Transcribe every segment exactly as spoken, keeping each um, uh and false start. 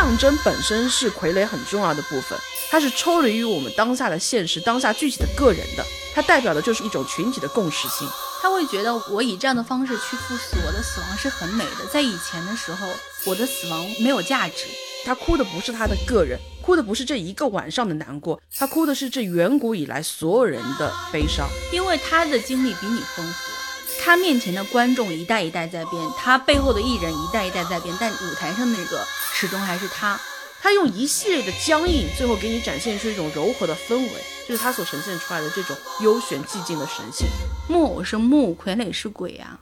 象征本身是傀儡很重要的部分，它是抽离于我们当下的现实，当下具体的个人的，它代表的就是一种群体的共识性。 他会觉得我以这样的方式去赴死，我的死亡是很美的，在以前的时候我的死亡没有价值。 他哭的不是他的个人，哭的不是这一个晚上的难过，他哭的是这远古以来所有人的悲伤。 因为他的经历比你丰富，他面前的观众一代一代在变，他背后的艺人一代一代在变，但舞台上那个始终还是他。 他用一系列的僵硬，最后给你展现出一种柔和的氛围，就是他所呈现出来的这种幽玄寂静的神性。 木偶是木，傀儡是鬼啊。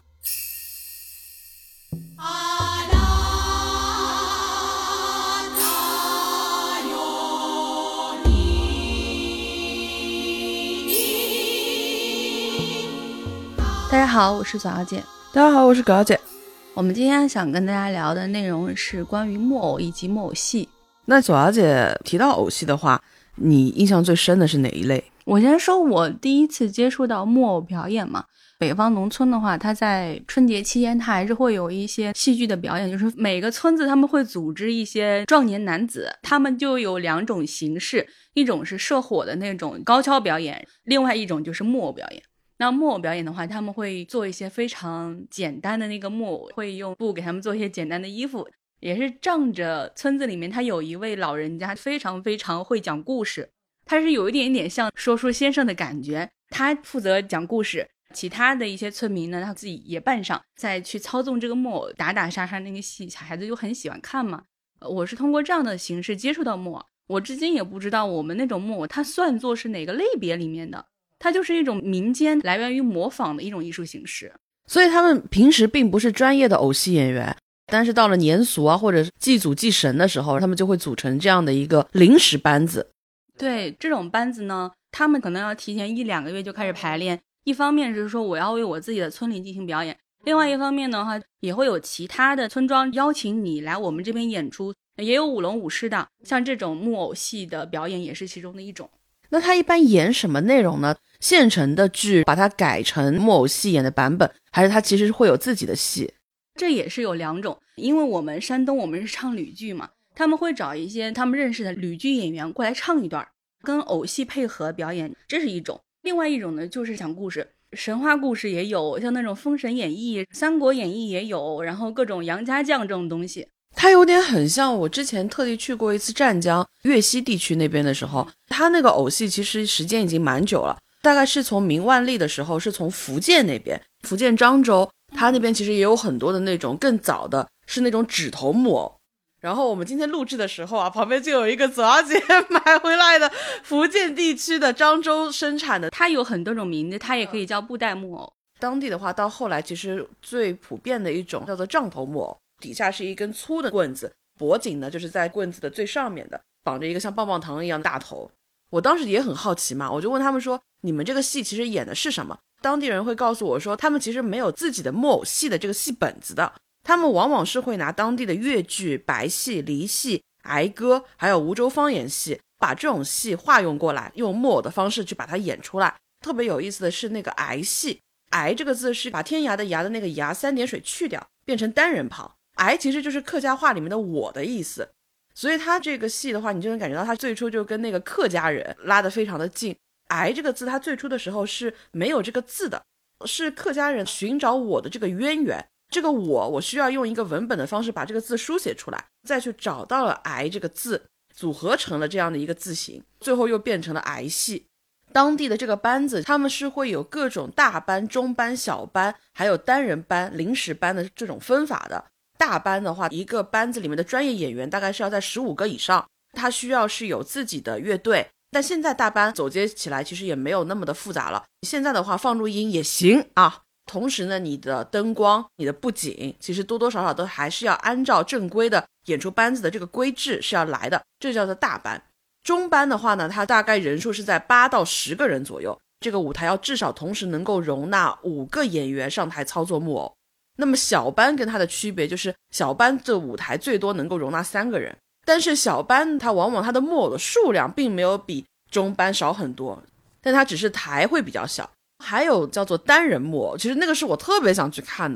大家好，我是左小姐。 大家好，我是葛小姐。 我们今天想跟大家聊的内容是关于木偶以及木偶戏。 那左小姐提到偶戏的话，你印象最深的是哪一类？ 我先说我第一次接触到木偶表演嘛，北方农村的话，它在春节期间它还是会有一些戏剧的表演，就是每个村子他们会组织一些壮年男子，他们就有两种形式，一种是射火的那种高跷表演，另外一种就是木偶表演。那木偶表演的话，他们会做一些非常简单的那个木偶，会用布给他们做一些简单的衣服，也是仗着村子里面他有一位老人家非常非常会讲故事，他是有一点点像说书先生的感觉，他负责讲故事，其他的一些村民呢他自己也扮上，再去操纵这个木偶打打杀杀那个戏，小孩子就很喜欢看嘛。我是通过这样的形式接触到木偶，我至今也不知道我们那种木偶它算作是哪个类别里面的，它就是一种民间来源于模仿的一种艺术形式。 所以他们平时并不是专业的偶戏演员，但是到了年俗啊或者祭祖祭神的时候，他们就会组成这样的一个临时班子。 对，这种班子呢，他们可能要提前一两个月就开始排练，一方面是说我要为我自己的村里进行表演，另外一方面的话也会有其他的村庄邀请你来我们这边演出，也有舞龙舞狮的，像这种木偶戏的表演也是其中的一种。 那他一般演什么内容呢？现成的剧把它改成木偶戏演的版本，还是他其实会有自己的戏？ 这也是有两种，因为我们山东我们是唱吕剧嘛，他们会找一些他们认识的吕剧演员过来唱一段，跟偶戏配合表演，这是一种。另外一种呢就是讲故事，神话故事也有，像那种封神演义、三国演义也有，然后各种杨家将这种东西。 它有点很像我之前特地去过一次湛江粤西地区那边的时候，它那个偶戏其实时间已经蛮久了，大概是从明万历的时候，是从福建那边，福建漳州，它那边其实也有很多的那种更早的是那种指头木偶。然后我们今天录制的时候啊，旁边就有一个左小姐买回来的福建地区的漳州生产的， 它有很多种名字，它也可以叫布袋木偶。 当地的话到后来其实最普遍的一种叫做杖头木偶，底下是一根粗的棍子，脖颈呢就是在棍子的最上面的，绑着一个像棒棒糖一样的大头。我当时也很好奇嘛，我就问他们说，你们这个戏其实演的是什么？当地人会告诉我说，他们其实没有自己的木偶戏的这个戏本子的，他们往往是会拿当地的越剧、白戏、梨戏、挨歌还有梧州方言戏，把这种戏化用过来，用木偶的方式去把它演出来。特别有意思的是那个挨戏，挨这个字是把天涯的涯的那个涯三点水去掉，变成单人旁，挨其实就是客家话里面的我的意思。所以他这个戏的话，你就能感觉到他最初就跟那个客家人拉得非常的近。挨这个字他最初的时候是没有这个字的，是客家人寻找我的这个渊源，这个我我需要用一个文本的方式把这个字书写出来，再去找到了挨这个字，组合成了这样的一个字形，最后又变成了挨戏。当地的这个班子他们是会有各种大班、中班、小班还有单人班、临时班的这种分法的。大班的话，一个班子里面的专业演员大概是要在十五个以上，他需要是有自己的乐队，但现在大班走接起来其实也没有那么的复杂了，现在的话放录音也行啊。同时呢，你的灯光、你的布景其实多多少少都还是要按照正规的演出班子的这个规制是要来的，这叫做大班。中班的话呢，它大概人数是在八到十个人左右，这个舞台要至少同时能够容纳五个演员上台操作木偶。那么小班跟它的区别就是小班这舞台最多能够容纳三个人，但是小班它往往它的木偶的数量并没有比中班少很多，但它只是台会比较小。还有叫做单人木偶，其实那个是我特别想去看的，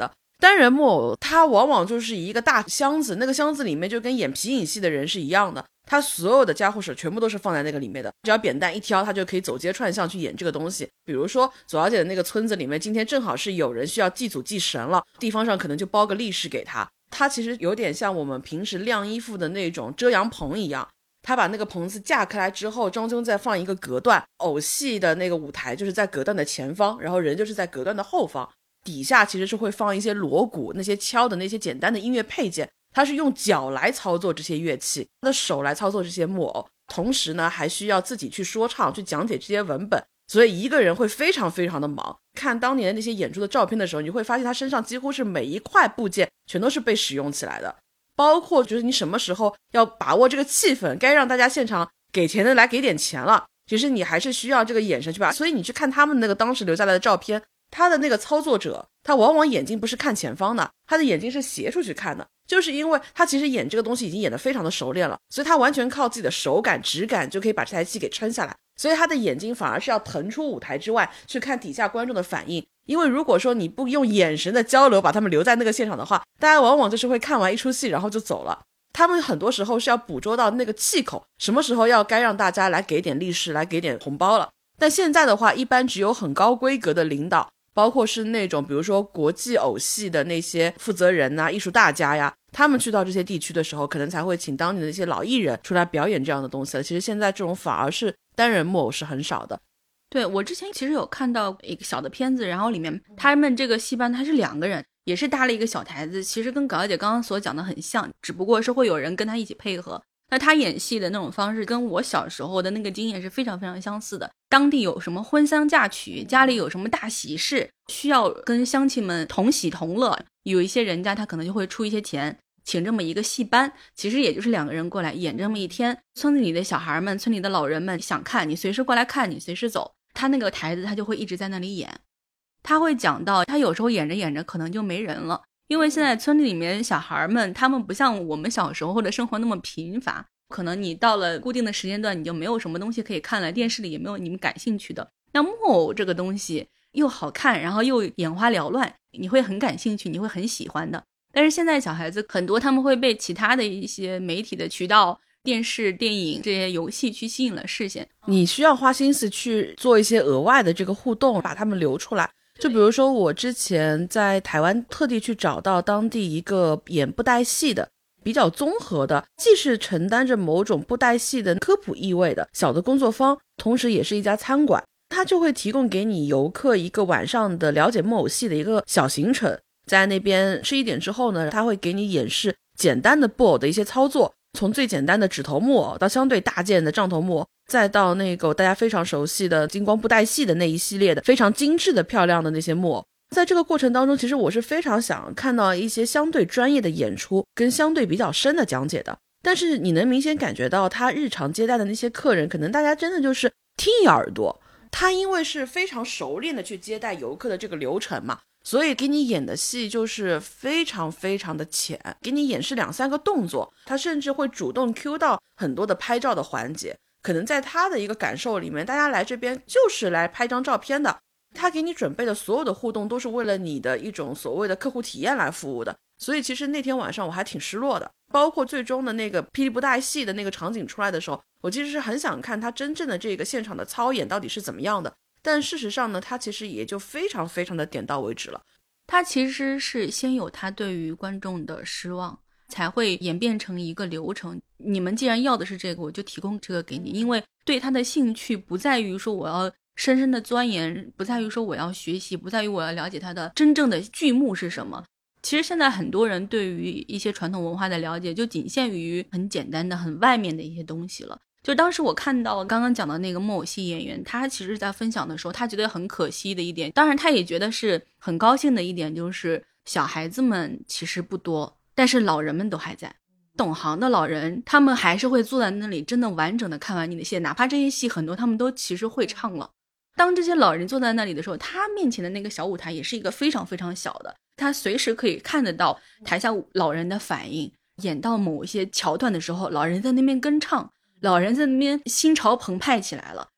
单人木偶它往往就是一个大箱子，那个箱子里面就跟演皮影戏的人是一样的，他所有的家伙事全部都是放在那个里面的，只要扁担一挑，他就可以走街串巷去演这个东西。比如说左小姐的那个村子里面，今天正好是有人需要祭祖祭神了，地方上可能就包个利是给他，他其实有点像我们平时晾衣服的那种遮阳棚一样，他把那个棚子架开来之后，中间再放一个隔断，偶戏的那个舞台就是在隔断的前方，然后人就是在隔断的后方，底下其实是会放一些锣鼓，那些敲的那些简单的音乐配件，他是用脚来操作这些乐器，他的手来操作这些木偶，同时呢还需要自己去说唱，去讲解这些文本，所以一个人会非常非常的忙。看当年那些演出的照片的时候，你会发现他身上几乎是每一块部件全都是被使用起来的，包括就是你什么时候要把握这个气氛，该让大家现场给钱的来给点钱了，其实你还是需要这个眼神去把。所以你去看他们那个当时留下来的照片，他的那个操作者他往往眼睛不是看前方的，他的眼睛是斜出去看的，就是因为他其实演这个东西已经演得非常的熟练了，所以他完全靠自己的手感质感就可以把这台戏给撑下来，所以他的眼睛反而是要腾出舞台之外去看底下观众的反应。因为如果说你不用眼神的交流把他们留在那个现场的话，大家往往就是会看完一出戏然后就走了，他们很多时候是要捕捉到那个气口，什么时候要该让大家来给点利是，来给点红包了。但现在的话一般只有很高规格的领导，包括是那种比如说国际偶戏的那些负责人啊、艺术大家呀，他们去到这些地区的时候可能才会请当地的一些老艺人出来表演这样的东西了。其实现在这种反而是单人木偶是很少的。 对，我之前其实有看到一个小的片子，然后里面他们这个戏班他是两个人，也是搭了一个小台子，其实跟稿姐刚刚所讲的很像，只不过是会有人跟他一起配合。那他演戏的那种方式跟我小时候的那个经验是非常非常相似的。当地有什么婚丧嫁娶，家里有什么大喜事，需要跟乡亲们同喜同乐，有一些人家他可能就会出一些钱请这么一个戏班，其实也就是两个人过来演这么一天，村子里的小孩们、村里的老人们想看你随时过来看，你随时走，他那个台子他就会一直在那里演。他会讲到他有时候演着演着可能就没人了，因为现在村里面小孩们他们不像我们小时候的生活那么贫乏，可能你到了固定的时间段你就没有什么东西可以看了，电视里也没有你们感兴趣的。那木偶这个东西又好看，然后又眼花缭乱，你会很感兴趣，你会很喜欢的。但是现在小孩子很多他们会被其他的一些媒体的渠道、电视、电影这些游戏去吸引了视线， 你需要花心思去做一些额外的这个互动，把他们留出来。就比如说我之前在台湾特地去找到当地一个演布袋戏的比较综合的，既是承担着某种布袋戏的科普意味的小的工作坊，同时也是一家餐馆，它就会提供给你游客一个晚上的了解木偶戏的一个小行程。在那边吃一点之后呢，他会给你演示简单的布偶的一些操作，从最简单的指头木偶到相对大件的杖头木偶，再到那个大家非常熟悉的金光布袋戏的那一系列的非常精致的漂亮的那些木偶。在这个过程当中，其实我是非常想看到一些相对专业的演出跟相对比较深的讲解的，但是你能明显感觉到他日常接待的那些客人可能大家真的就是听一耳朵，他因为是非常熟练的去接待游客的这个流程嘛，所以给你演的戏就是非常非常的浅，给你演示两三个动作，他甚至会主动 cue 到很多的拍照的环节。可能在他的一个感受里面，大家来这边就是来拍张照片的，他给你准备的所有的互动都是为了你的一种所谓的客户体验来服务的。所以其实那天晚上我还挺失落的，包括最终的那个霹雳布袋戏的那个场景出来的时候，我其实是很想看他真正的这个现场的操演到底是怎么样的，但事实上呢，他其实也就非常非常的点到为止了。 他其实是先有他对于观众的失望，才会演变成一个流程，你们既然要的是这个，我就提供这个给你。因为对他的兴趣不在于说我要深深的钻研，不在于说我要学习，不在于我要了解他的真正的剧目是什么。其实现在很多人对于一些传统文化的了解就仅限于很简单的很外面的一些东西了。就当时我看到刚刚讲的那个木偶戏演员，他其实在分享的时候，他觉得很可惜的一点，当然他也觉得是很高兴的一点，就是小孩子们其实不多，但是老人们都还在，懂行的老人他们还是会坐在那里真的完整的看完你的戏，哪怕这些戏很多他们都其实会唱了。当这些老人坐在那里的时候，他面前的那个小舞台也是一个非常非常小的，他随时可以看得到台下老人的反应，演到某一些桥段的时候，老人在那边跟唱，老人在那边心潮澎湃起来了，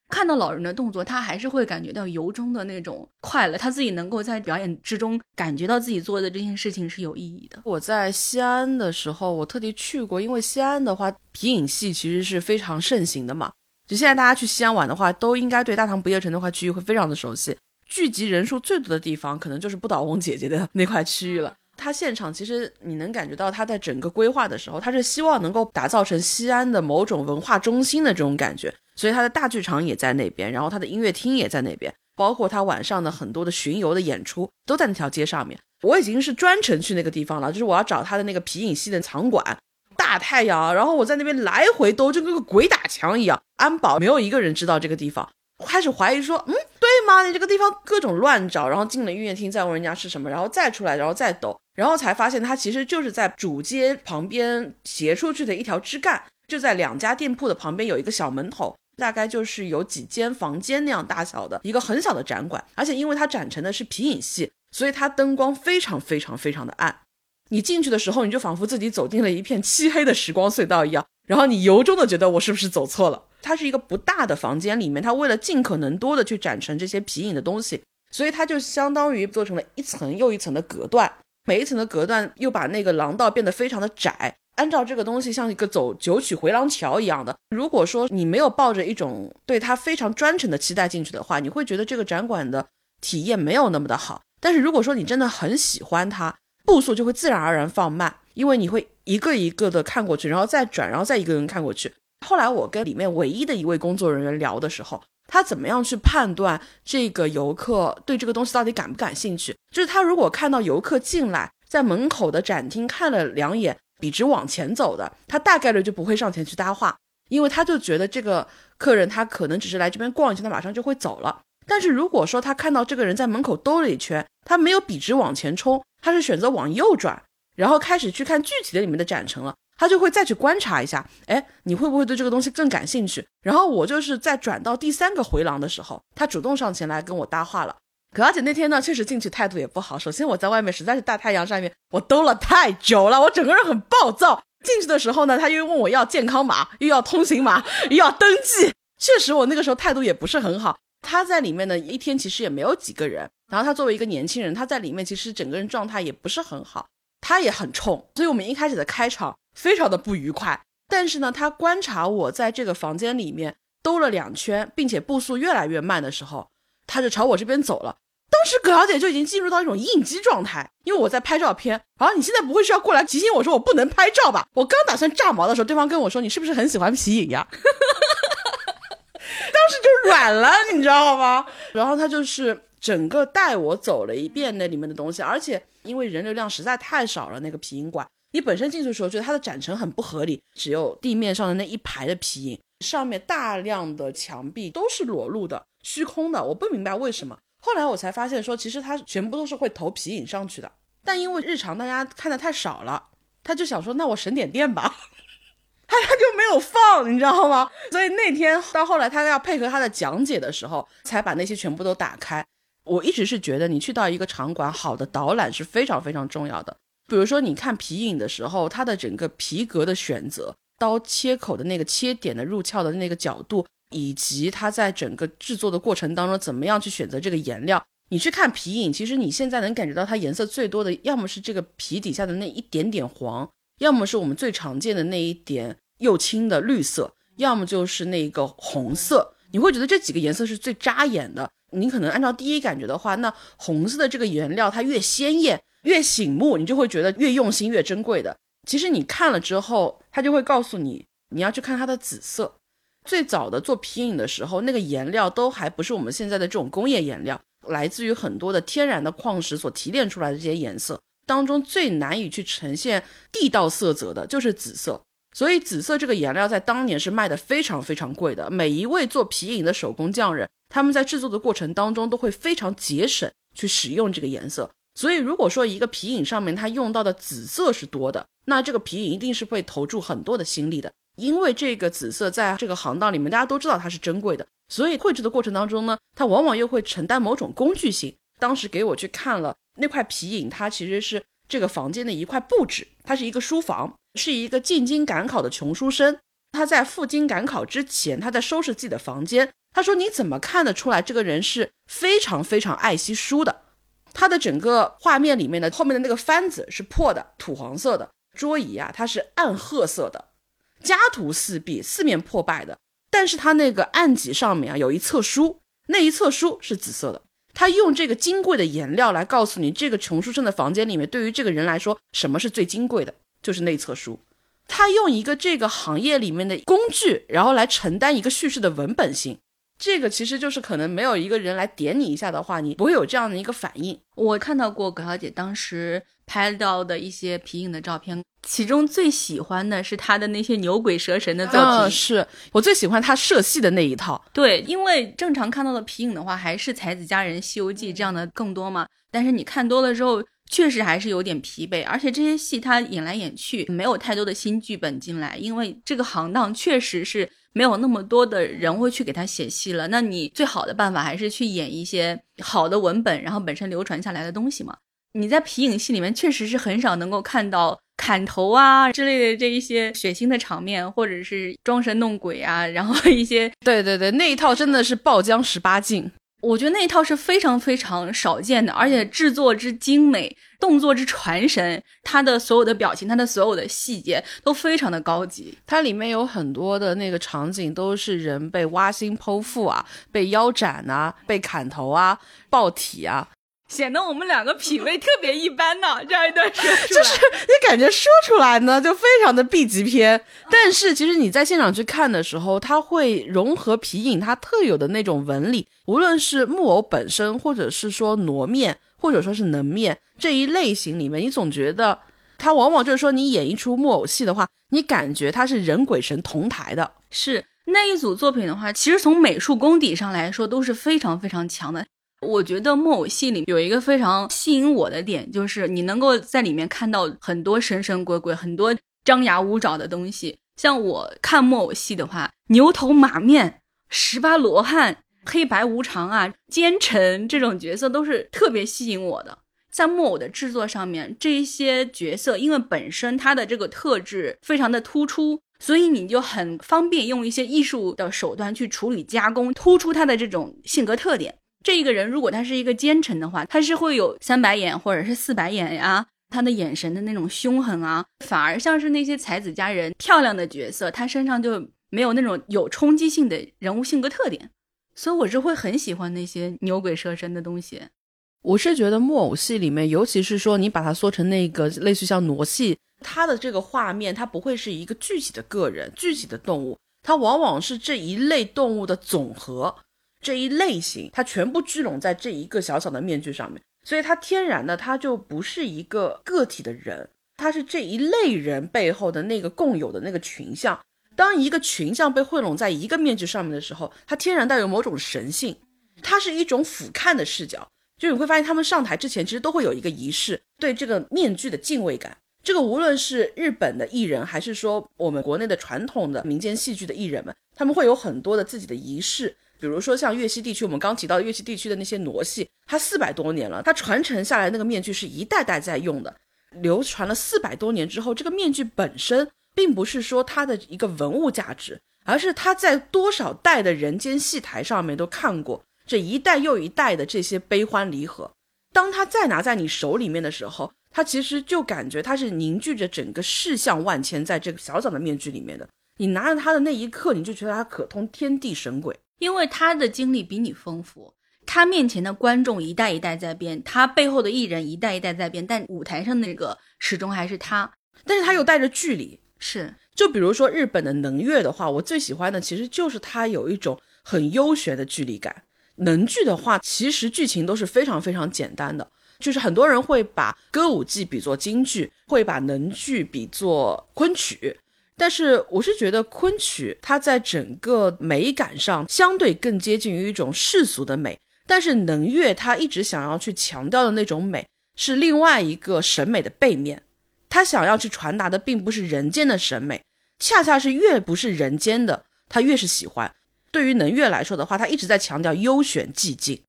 看到老人的动作，他还是会感觉到由衷的那种快乐，他自己能够在表演之中感觉到自己做的这件事情是有意义的。 我在西安的时候我特地去过，因为西安的话皮影戏其实是非常盛行的嘛，就现在大家去西安玩的话都应该对大唐不夜城那块区域会非常的熟悉，聚集人数最多的地方可能就是不倒翁姐姐的那块区域了。他现场其实你能感觉到他在整个规划的时候，他是希望能够打造成西安的某种文化中心的这种感觉，所以他的大剧场也在那边，然后他的音乐厅也在那边，包括他晚上的很多的巡游的演出都在那条街上面。我已经是专程去那个地方了，就是我要找他的那个皮影戏的场馆，大太阳，然后我在那边来回兜，就跟个鬼打墙一样，安保没有一个人知道这个地方。我开始怀疑说，嗯，对吗？你这个地方各种乱找，然后进了音乐厅再问人家是什么，然后再出来，然后再抖，然后才发现它其实就是在主街旁边斜出去的一条枝干，就在两家店铺的旁边有一个小门头，大概就是有几间房间那样大小的一个很小的展馆，而且因为它展陈的是皮影戏，所以它灯光非常非常非常的暗，你进去的时候你就仿佛自己走进了一片漆黑的时光隧道一样，然后你由衷的觉得我是不是走错了。它是一个不大的房间里面，它为了尽可能多的去展陈这些皮影的东西，所以它就相当于做成了一层又一层的隔断，每一层的隔断又把那个廊道变得非常的窄，按照这个东西像一个走九曲回廊桥一样的。如果说你没有抱着一种对它非常专程的期待进去的话，你会觉得这个展馆的体验没有那么的好，但是如果说你真的很喜欢它，步数就会自然而然放慢，因为你会一个一个的看过去，然后再转，然后再一个人看过去。后来我跟里面唯一的一位工作人员聊的时候，他怎么样去判断这个游客对这个东西到底感不感兴趣，就是他如果看到游客进来在门口的展厅看了两眼笔直往前走的，他大概率就不会上前去搭话，因为他就觉得这个客人他可能只是来这边逛一圈，他马上就会走了。但是如果说他看到这个人在门口兜了一圈，他没有笔直往前冲，他是选择往右转，然后开始去看具体的里面的展陈了，他就会再去观察一下，哎，你会不会对这个东西更感兴趣。然后我就是在转到第三个回廊的时候，他主动上前来跟我搭话了。可而且那天呢确实进去态度也不好，首先我在外面实在是大太阳上面我兜了太久了，我整个人很暴躁。进去的时候呢，他又问我要健康码，又要通行码，又要登记，确实我那个时候态度也不是很好。他在里面呢一天其实也没有几个人，然后他作为一个年轻人，他在里面其实整个人状态也不是很好，他也很冲，所以我们一开始的开场非常的不愉快。但是呢他观察我在这个房间里面兜了两圈，并且步速越来越慢的时候，他就朝我这边走了。当时葛小姐就已经进入到一种应激状态，因为我在拍照片，然后你现在不会是要过来提醒我说我不能拍照吧？我刚打算炸毛的时候，对方跟我说你是不是很喜欢皮影呀？当时就软了，你知道吗？然后他就是整个带我走了一遍那里面的东西，而且因为人流量实在太少了，那个皮影馆你本身进去的时候觉得它的展陈很不合理，只有地面上的那一排的皮影，上面大量的墙壁都是裸露的虚空的，我不明白为什么。后来我才发现说其实它全部都是会投皮影上去的，但因为日常大家看的太少了，他就想说那我省点电吧，他他就没有放，你知道吗？所以那天到后来他要配合他的讲解的时候才把那些全部都打开。我一直是觉得你去到一个场馆，好的导览是非常非常重要的。比如说你看皮影的时候，它的整个皮革的选择，刀切口的那个切点的入鞘的那个角度，以及它在整个制作的过程当中怎么样去选择这个颜料。你去看皮影，其实你现在能感觉到它颜色最多的要么是这个皮底下的那一点点黄，要么是我们最常见的那一点幼青的绿色，要么就是那个红色。你会觉得这几个颜色是最扎眼的，你可能按照第一感觉的话，那红色的这个颜料它越鲜艳越醒目，你就会觉得越用心越珍贵的。其实你看了之后，它就会告诉你你要去看它的紫色。最早的做皮影的时候，那个颜料都还不是我们现在的这种工业颜料，来自于很多的天然的矿石所提炼出来的这些颜色当中，最难以去呈现地道色泽的就是紫色。所以紫色这个颜料在当年是卖的非常非常贵的，每一位做皮影的手工匠人，他们在制作的过程当中都会非常节省去使用这个颜色。所以如果说一个皮影上面它用到的紫色是多的，那这个皮影一定是会投注很多的心力的，因为这个紫色在这个行当里面大家都知道它是珍贵的，所以绘制的过程当中呢，它往往又会承担某种工具性。当时给我去看了那块皮影，它其实是这个房间的一块布置，它是一个书房，是一个进京赶考的穷书生他在赴京赶考之前，他在收拾自己的房间，他说你怎么看得出来这个人是非常非常爱惜书的。他的整个画面里面的后面的那个幡子是破的，土黄色的，桌椅啊它是暗褐色的，家徒四壁，四面破败的，但是他那个案几上面啊有一册书，那一册书是紫色的。他用这个金贵的颜料来告诉你，这个穷书生的房间里面对于这个人来说什么是最金贵的，就是那一册书。他用一个这个行业里面的工具，然后来承担一个叙事的文本性。这个其实就是可能没有一个人来点你一下的话，你不会有这样的一个反应。 我看到过葛小姐当时拍到的一些皮影的照片，其中最喜欢的是她的那些牛鬼蛇神的造型、 嗯、是我最喜欢她社戏的那一套。 对，因为正常看到的皮影的话还是才子佳人、西游记这样的更多嘛，但是你看多了之后确实还是有点疲惫，而且这些戏它演来演去没有太多的新剧本进来，因为这个行当确实是没有那么多的人会去给他写戏了，那你最好的办法还是去演一些好的文本，然后本身流传下来的东西嘛。你在皮影戏里面确实是很少能够看到砍头啊之类的这一些血腥的场面，或者是装神弄鬼啊，然后一些对对对，那一套真的是爆浆十八禁。 我觉得那一套是非常非常少见的，而且制作之精美，动作之传神，它的所有的表情，它的所有的细节都非常的高级。 它里面有很多的那个场景都是人被挖心剖腹啊，被腰斩啊，被砍头啊，爆体啊， 显得我们两个品味特别一般呢。这样一段说出来就是你感觉说出来呢就非常的 B 级片，但是其实你在现场去看的时候，它会融合皮影它特有的那种纹理，无论是木偶本身，或者是说挪面，或者说是能面这一类型里面，你总觉得它往往就是说你演一出木偶戏的话，你感觉它是人鬼神同台的。 是那一组作品的话，其实从美术功底上来说都是非常非常强的。我觉得木偶戏里有一个非常吸引我的点，就是你能够在里面看到很多神神鬼鬼，很多张牙舞爪的东西。像我看木偶戏的话，牛头马面、十八罗汉、黑白无常啊、奸臣这种角色都是特别吸引我的。在木偶的制作上面，这些角色因为本身它的这个特质非常的突出，所以你就很方便用一些艺术的手段去处理加工，突出它的这种性格特点。这一个人如果他是一个奸臣的话，他是会有三白眼或者是四白眼呀，他的眼神的那种凶狠啊，反而像是那些才子佳人漂亮的角色，他身上就没有那种有冲击性的人物性格特点，所以我是会很喜欢那些牛鬼蛇神的东西。 我是觉得木偶戏里面，尤其是说你把它缩成那个类似像傩戏，它的这个画面它不会是一个具体的个人具体的动物，它往往是这一类动物的总和，这一类型它全部聚拢在这一个小小的面具上面，所以它天然的它就不是一个个体的人，它是这一类人背后的那个共有的那个群像。当一个群像被汇拢在一个面具上面的时候，它天然带有某种神性，它是一种俯瞰的视角，就你会发现他们上台之前其实都会有一个仪式，对这个面具的敬畏感。这个无论是日本的艺人，还是说我们国内的传统的民间戏剧的艺人们，他们会有很多的自己的仪式。比如说像粤西地区，我们刚提到粤西地区的那些傩戏，它四百多年了，它传承下来那个面具是一代代在用的，流传了四百多年之后，这个面具本身并不是说它的一个文物价值，而是它在多少代的人间戏台上面都看过这一代又一代的这些悲欢离合。当它再拿在你手里面的时候，它其实就感觉它是凝聚着整个世象万千在这个小小的面具里面的。你拿着它的那一刻，你就觉得它可通天地神鬼， 因为他的经历比你丰富，他面前的观众一代一代在变，他背后的艺人一代一代在变，但舞台上那个始终还是他， 但是他又带着距离。 是， 就比如说日本的能乐的话，我最喜欢的其实就是它有一种很幽玄的距离感。能剧的话，其实剧情都是非常非常简单的，就是很多人会把歌舞伎比作京剧，会把能剧比作昆曲，但是我是觉得昆曲它在整个美感上相对更接近于一种世俗的美，但是能乐它一直想要去强调的那种美是另外一个审美的背面，它想要去传达的并不是人间的审美，恰恰是越不是人间的它越是喜欢。对于能乐来说的话，它一直在强调幽玄寂静，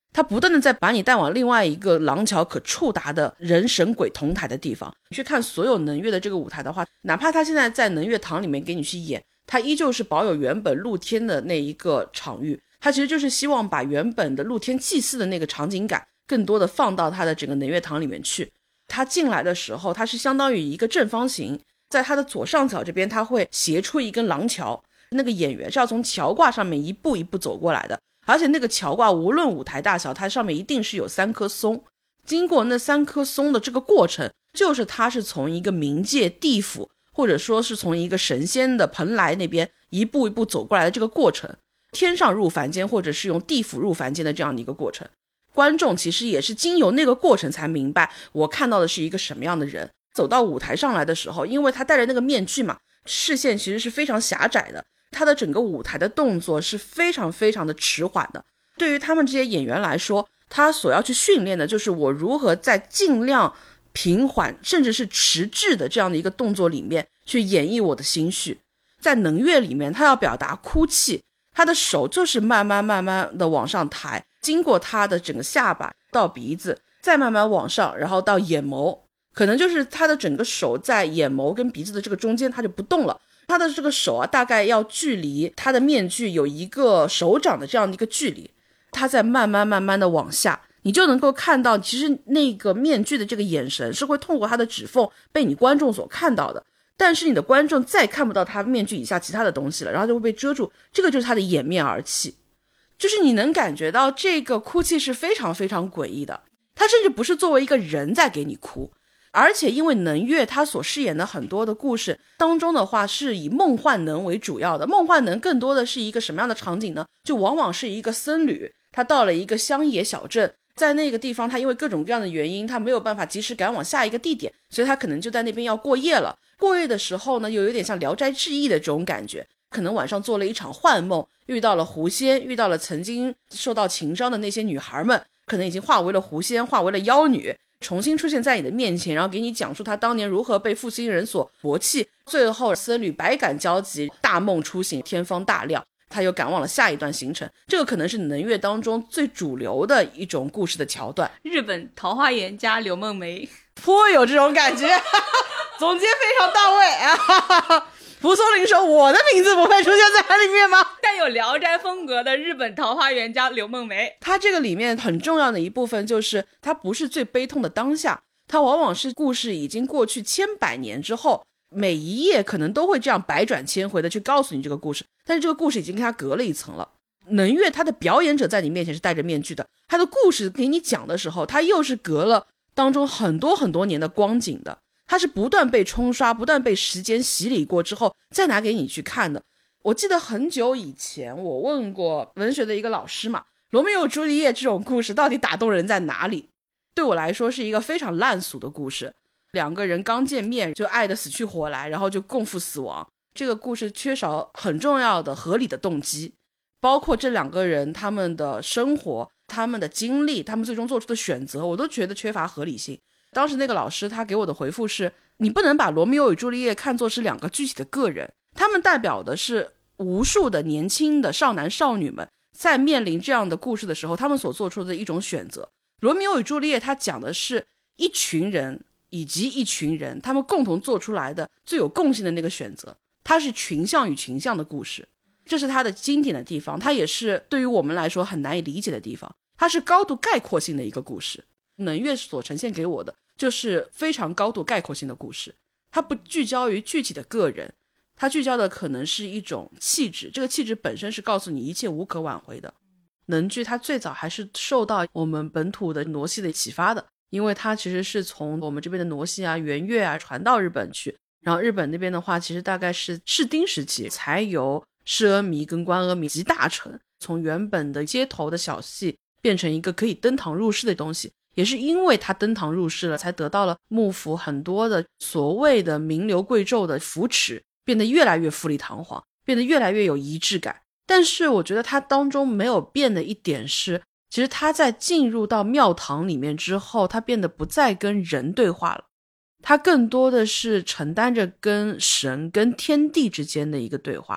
他不断的在把你带往另外一个廊桥可触达的人神鬼同台的地方。你去看所有能乐的这个舞台的话，哪怕他现在在能乐堂里面给你去演，他依旧是保有原本露天的那一个场域，他其实就是希望把原本的露天祭祀的那个场景感更多的放到他的整个能乐堂里面去。他进来的时候，他是相当于一个正方形，在他的左上角这边他会斜出一根廊桥，那个演员是要从桥挂上面一步一步走过来的，而且那个桥挂无论舞台大小，它上面一定是有三棵松，经过那三棵松的这个过程，就是它是从一个冥界地府，或者说是从一个神仙的蓬莱那边一步一步走过来的这个过程，天上入凡间或者是用地府入凡间的这样的一个过程。观众其实也是经由那个过程才明白我看到的是一个什么样的人。走到舞台上来的时候，因为他戴着那个面具嘛，视线其实是非常狭窄的，他的整个舞台的动作是非常非常的迟缓的。对于他们这些演员来说，他所要去训练的就是我如何在尽量平缓甚至是迟滞的这样的一个动作里面去演绎我的心绪。在能乐里面，他要表达哭泣，他的手就是慢慢慢慢的往上抬，经过他的整个下巴到鼻子，再慢慢往上，然后到眼眸，可能就是他的整个手在眼眸跟鼻子的这个中间他就不动了，他的这个手啊大概要距离他的面具有一个手掌的这样的一个距离，他在慢慢慢慢的往下，你就能够看到其实那个面具的这个眼神是会透过他的指缝被你观众所看到的，但是你的观众再看不到他面具以下其他的东西了，然后就会被遮住，这个就是他的掩面而泣。就是你能感觉到这个哭泣是非常非常诡异的，他甚至不是作为一个人在给你哭，而且因为能乐他所饰演的很多的故事当中的话是以梦幻能为主要的，梦幻能更多的是一个什么样的场景呢？就往往是一个僧侣，他到了一个乡野小镇，在那个地方他因为各种各样的原因他没有办法及时赶往下一个地点，所以他可能就在那边要过夜了。过夜的时候呢，又有点像聊斋志异的这种感觉，可能晚上做了一场幻梦，遇到了狐仙，遇到了曾经受到情伤的那些女孩们，可能已经化为了狐仙，化为了妖女，重新出现在你的面前，然后给你讲述他当年如何被负心人所驳弃，最后僧侣百感交集，大梦初醒，天方大亮，他又赶往了下一段行程。这个可能是能乐当中最主流的一种故事的桥段。 日本桃花源加柳梦梅， 颇有这种感觉总结非常到位啊！蒲松龄说我的名字不会出现在里面吗？ 带有聊斋风格的日本桃花源加柳梦梅。 它这个里面很重要的一部分就是它不是最悲痛的当下，它往往是故事已经过去千百年之后，每一页可能都会这样百转千回的去告诉你这个故事，但是这个故事已经跟它隔了一层了。能乐它的表演者在你面前是戴着面具的，它的故事给你讲的时候，它又是隔了当中很多很多年的光景的，它是不断被冲刷，不断被时间洗礼过之后再拿给你去看的。我记得很久以前我问过文学的一个老师嘛，罗密欧朱丽叶这种故事到底打动人在哪里？对我来说是一个非常烂俗的故事，两个人刚见面就爱得死去活来，然后就共赴死亡。这个故事缺少很重要的合理的动机，包括这两个人他们的生活，他们的经历，他们最终做出的选择，我都觉得缺乏合理性。当时那个老师他给我的回复是，你不能把罗密欧与朱丽叶看作是两个具体的个人，他们代表的是无数的年轻的少男少女们在面临这样的故事的时候他们所做出的一种选择。罗密欧与朱丽叶他讲的是一群人以及一群人他们共同做出来的最有共性的那个选择，它是群像与群像的故事，这是它的经典的地方，它也是对于我们来说很难以理解的地方，它是高度概括性的一个故事。能乐所呈现给我的就是非常高度概括性的故事，它不聚焦于具体的个人，它聚焦的可能是一种气质，这个气质本身是告诉你一切无可挽回的。能剧它最早还是受到我们本土的傩戏的启发的，因为它其实是从我们这边的傩戏啊元乐啊传到日本去，然后日本那边的话其实大概是室町时期才由施阿弥跟关阿弥集大成，从原本的街头的小戏变成一个可以登堂入室的东西，也是因为他登堂入室了，才得到了幕府很多的所谓的名流贵胄的扶持，变得越来越富丽堂皇，变得越来越有仪制感。但是我觉得他当中没有变的一点是，其实他在进入到庙堂里面之后，他变得不再跟人对话了，他更多的是承担着跟神跟天地之间的一个对话。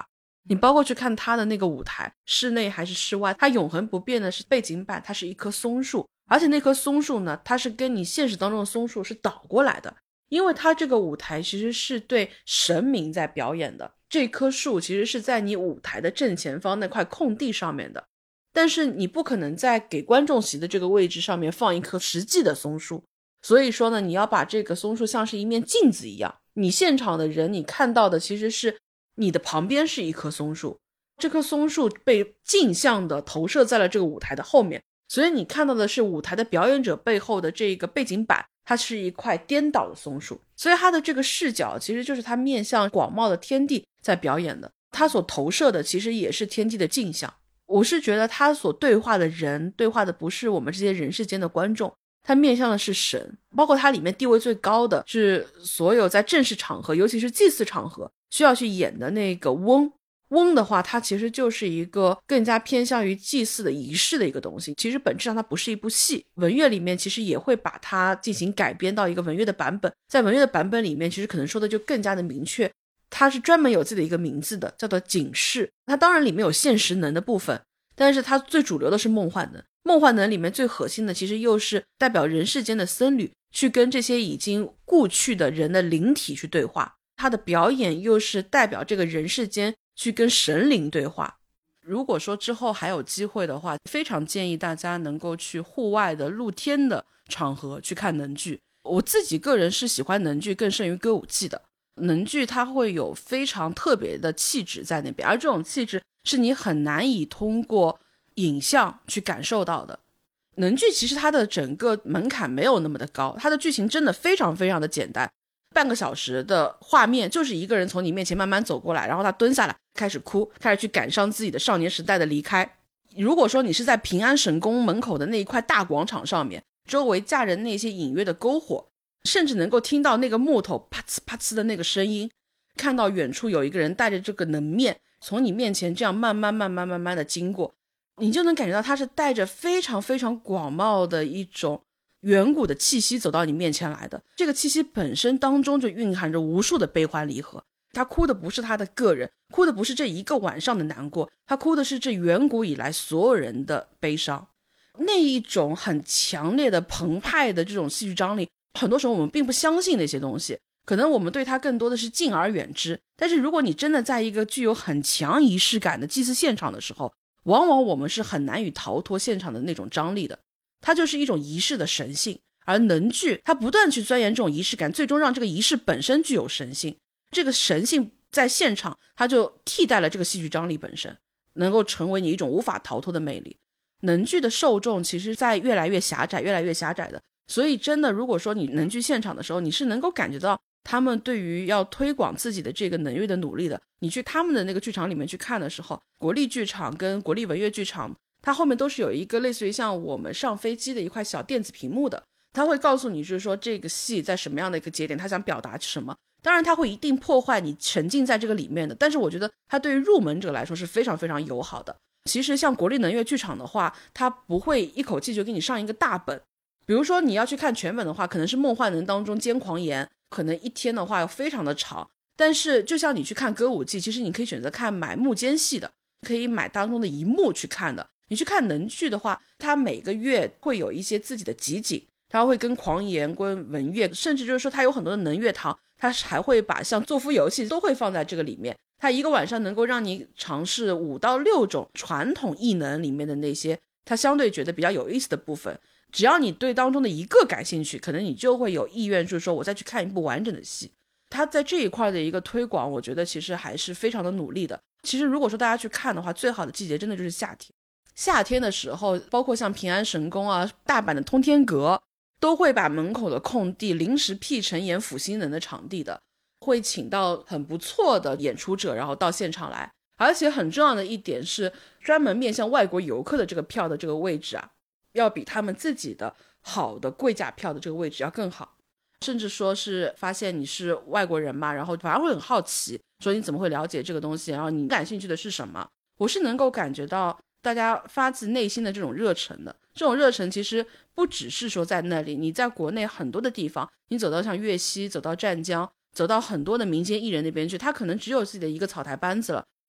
你包括去看它的那个舞台，室内还是室外，它永恒不变的是背景板，它是一棵松树，而且那棵松树呢，它是跟你现实当中的松树是倒过来的，因为它这个舞台其实是对神明在表演的，这棵树其实是在你舞台的正前方那块空地上面的，但是你不可能在给观众席的这个位置上面放一棵实际的松树，所以说呢，你要把这个松树像是一面镜子一样，你现场的人你看到的其实是你的旁边是一棵松树，这棵松树被镜像的投射在了这个舞台的后面，所以你看到的是舞台的表演者背后的这个背景板，它是一块颠倒的松树，所以它的这个视角其实就是它面向广袤的天地在表演的，它所投射的其实也是天地的镜像。我是觉得他所对话的人对话的不是我们这些人世间的观众，他面向的是神，包括他里面地位最高的是所有在正式场合尤其是祭祀场合需要去演的那个翁。翁的话它其实就是一个更加偏向于祭祀的仪式的一个东西，其实本质上它不是一部戏，文乐里面其实也会把它进行改编到一个文乐的版本，在文乐的版本里面其实可能说的就更加的明确，它是专门有自己的一个名字的，叫做警示。它当然里面有现实能的部分，但是它最主流的是梦幻能，梦幻能里面最核心的其实又是代表人世间的僧侣去跟这些已经故去的人的灵体去对话，它的表演又是代表这个人世间去跟神灵对话。如果说之后还有机会的话，非常建议大家能够去户外的露天的场合去看能剧。我自己个人是喜欢能剧更胜于歌舞伎的，能剧它会有非常特别的气质在那边，而这种气质是你很难以通过影像去感受到的。能剧其实它的整个门槛没有那么的高，它的剧情真的非常非常的简单，半个小时的画面就是一个人从你面前慢慢走过来，然后他蹲下来开始哭，开始去感伤自己的少年时代的离开。如果说你是在平安神宫门口的那一块大广场上面，周围架着那些隐约的篝火，甚至能够听到那个木头啪呲啪呲的那个声音，看到远处有一个人带着这个能面从你面前这样慢慢慢慢慢慢的经过，你就能感觉到他是带着非常非常广袤的一种远古的气息走到你面前来的，这个气息本身当中就蕴含着无数的悲欢离合。他哭的不是他的个人，哭的不是这一个晚上的难过，他哭的是这远古以来所有人的悲伤。那一种很强烈的澎湃的这种戏剧张力，很多时候我们并不相信那些东西，可能我们对它更多的是敬而远之。但是如果你真的在一个具有很强仪式感的祭祀现场的时候，往往我们是很难以逃脱现场的那种张力的，它就是一种仪式的神性。而能剧它不断去钻研这种仪式感，最终让这个仪式本身具有神性，这个神性在现场它就替代了这个戏剧张力本身，能够成为你一种无法逃脱的魅力。能剧的受众其实在越来越狭窄越来越狭窄的，所以真的如果说你能剧现场的时候，你是能够感觉到他们对于要推广自己的这个能乐的努力的。你去他们的那个剧场里面去看的时候，国立剧场跟国立文乐剧场它后面都是有一个类似于像我们上飞机的一块小电子屏幕的，它会告诉你就是说这个戏在什么样的一个节点它想表达什么，当然它会一定破坏你沉浸在这个里面的，但是我觉得它对于入门者来说是非常非常友好的。其实像国立能乐剧场的话，它不会一口气就给你上一个大本，比如说你要去看全本的话，可能是梦幻能当中奸狂言，可能一天的话非常的长，但是就像你去看歌舞伎，其实你可以选择看买幕间戏的，可以买当中的一幕去看的。你去看能剧的话，它每个月会有一些自己的集锦，它会跟狂言跟文乐，甚至就是说它有很多的能乐堂，它还会把像做夫游戏都会放在这个里面，它一个晚上能够让你尝试五到六种传统艺能里面的那些它相对觉得比较有意思的部分，只要你对当中的一个感兴趣，可能你就会有意愿就是说我再去看一部完整的戏。它在这一块的一个推广，我觉得其实还是非常的努力的。其实如果说大家去看的话，最好的季节真的就是夏天。夏天的时候，包括像平安神宫啊、大阪的通天阁，都会把门口的空地临时辟成演辅星能的场地的，会请到很不错的演出者然后到现场来。而且很重要的一点是，专门面向外国游客的这个票的这个位置啊，要比他们自己的好的贵价票的这个位置要更好。甚至说是发现你是外国人嘛，然后反而会很好奇，说你怎么会了解这个东西，然后你感兴趣的是什么。我是能够感觉到大家发自内心的这种热忱的，这种热忱其实不只是说在那里，你在国内很多的地方，你走到像粤西，走到湛江，走到很多的民间艺人那边去，他可能只有自己的一个草台班子了，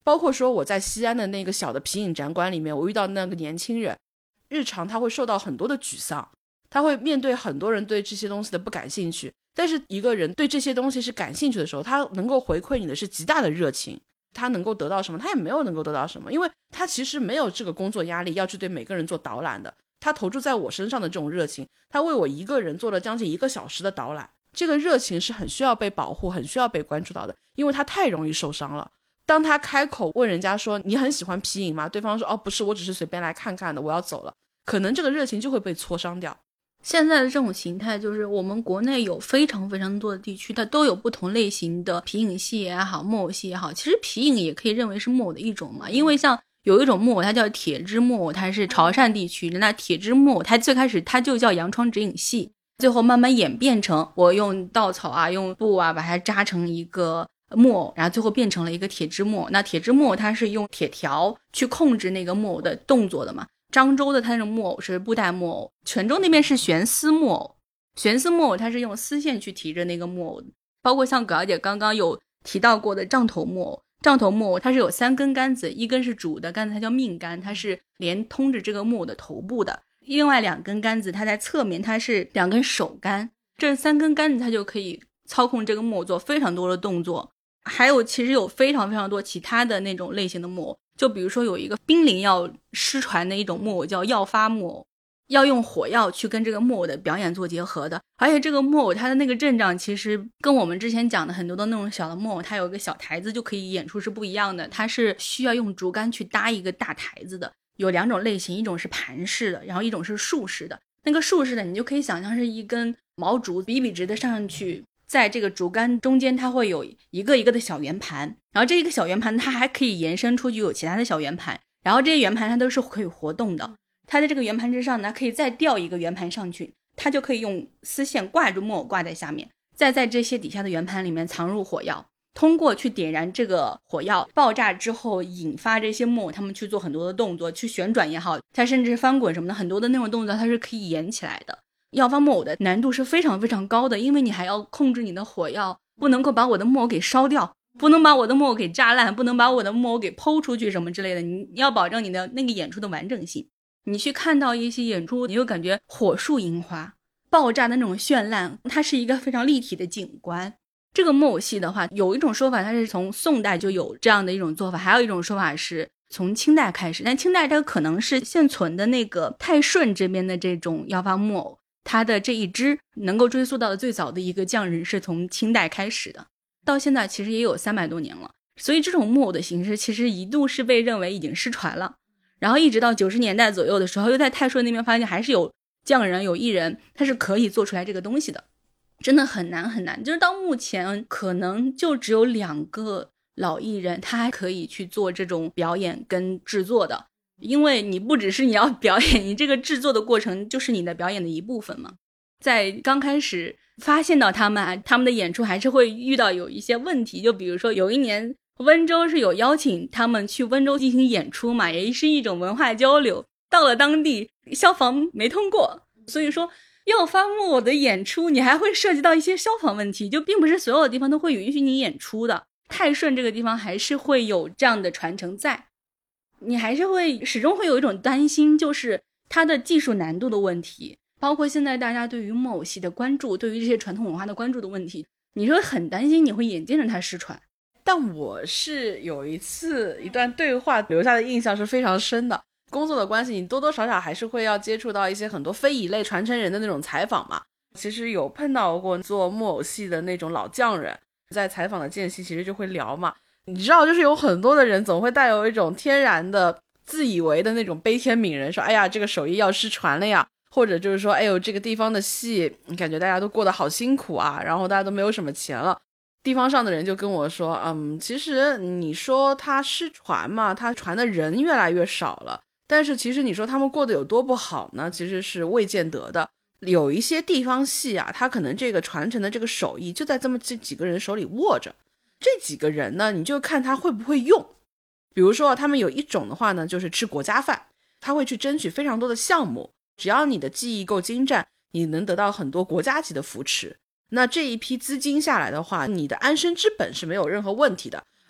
包括说我在西安的那个小的皮影展馆里面，我遇到那个年轻人，日常他会受到很多的沮丧，他会面对很多人对这些东西的不感兴趣，但是一个人对这些东西是感兴趣的时候，他能够回馈你的是极大的热情。他能够得到什么？他也没有能够得到什么，因为他其实没有这个工作压力要去对每个人做导览的。他投注在我身上的这种热情，他为我一个人做了将近一个小时的导览，这个热情是很需要被保护，很需要被关注到的，因为他太容易受伤了。当他开口问人家说你很喜欢皮影吗？对方说哦不是，我只是随便来看看的，我要走了，可能这个热情就会被挫伤掉。 现在的这种形态就是我们国内有非常非常多的地区，它都有不同类型的皮影戏也好，木偶戏也好。其实皮影也可以认为是木偶的一种嘛，因为像有一种木偶它叫铁枝木偶，它是潮汕地区的，那铁枝木偶它最开始它就叫洋窗指引戏，最后慢慢演变成我用稻草啊用布啊把它扎成一个木偶，然后最后变成了一个铁枝木偶。那铁枝木偶它是用铁条去控制那个木偶的动作的嘛。漳州的它那种木偶是布袋木偶，泉州那边是悬丝木偶，悬丝木偶它是用丝线去提着那个木偶。包括像葛小姐刚刚有提到过的杖头木偶，杖头木偶它是有三根杆子，一根是主的杆子，它叫命杆，它是连通着这个木偶的头部的，另外两根杆子它在侧面，它是两根手杆，这三根杆子它就可以操控这个木偶做非常多的动作。还有其实有非常非常多其他的那种类型的木偶，就比如说有一个濒临要失传的一种木偶叫药发木偶，要用火药去跟这个木偶的表演做结合的。而且这个木偶它的那个阵仗其实跟我们之前讲的很多的那种小的木偶，它有一个小台子就可以演出是不一样的，它是需要用竹竿去搭一个大台子的。有两种类型，一种是盘式的，然后一种是竖式的。那个竖式的你就可以想象是一根毛竹笔笔直的上去，在这个竹竿中间它会有一个一个的小圆盘，然后这一个小圆盘它还可以延伸出去有其他的小圆盘，然后这些圆盘它都是可以活动的。它在这个圆盘之上呢可以再吊一个圆盘上去，它就可以用丝线挂住木偶挂在下面，再在这些底下的圆盘里面藏入火药，通过去点燃这个火药爆炸之后引发这些木偶他们去做很多的动作，去旋转也好，它甚至翻滚什么的，很多的那种动作它是可以演起来的。药发木偶的难度是非常非常高的，因为你还要控制你的火药，不能够把我的木偶给烧掉，不能把我的木偶给炸烂，不能把我的木偶给剖出去什么之类的，你要保证你的那个演出的完整性。你去看到一些演出，你就感觉火树银花爆炸的那种绚烂，它是一个非常立体的景观。这个木偶戏的话，有一种说法它是从宋代就有这样的一种做法，还有一种说法是从清代开始，但清代这个可能是现存的那个泰顺这边的这种药发木偶，它的这一支能够追溯到的最早的一个匠人是从清代开始的，到现在其实也有三百多年了。所以这种木偶的形式其实一度是被认为已经失传了，然后一直到九十年代左右的时候，又在泰顺那边发现还是有匠人有艺人他是可以做出来这个东西的，真的很难很难。就是到目前可能就只有两个老艺人他还可以去做这种表演跟制作的，因为你不只是你要表演，你这个制作的过程就是你的表演的一部分嘛。在刚开始发现到他们他们的演出还是会遇到有一些问题，就比如说有一年温州是有邀请他们去温州进行演出嘛，也是一种文化交流，到了当地消防没通过，所以说药发木偶的演出你还会涉及到一些消防问题，就并不是所有的地方都会允许你演出的。泰顺这个地方还是会有这样的传承在，你还是会始终会有一种担心，就是它的技术难度的问题，包括现在大家对于木偶戏的关注，对于这些传统文化的关注的问题，你说很担心你会眼见着它失传。 但我是有一次一段对话留下的印象是非常深的，工作的关系你多多少少还是会要接触到一些很多非遗类传承人的那种采访嘛，其实有碰到过做木偶戏的那种老匠人，在采访的间隙其实就会聊嘛，你知道就是有很多的人总会带有一种天然的自以为的那种悲天悯人，说哎呀这个手艺要失传了呀，或者就是说哎呦这个地方的戏感觉大家都过得好辛苦啊，然后大家都没有什么钱了。地方上的人就跟我说嗯，其实你说它失传嘛，它传的人越来越少了，但是其实你说他们过得有多不好呢，其实是未见得的。有一些地方戏啊，它可能这个传承的这个手艺就在这么这几个人手里握着，这几个人呢你就看他会不会用。比如说他们有一种的话呢就是吃国家饭，他会去争取非常多的项目，只要你的技艺够精湛，你能得到很多国家级的扶持，那这一批资金下来的话，你的安身之本是没有任何问题的。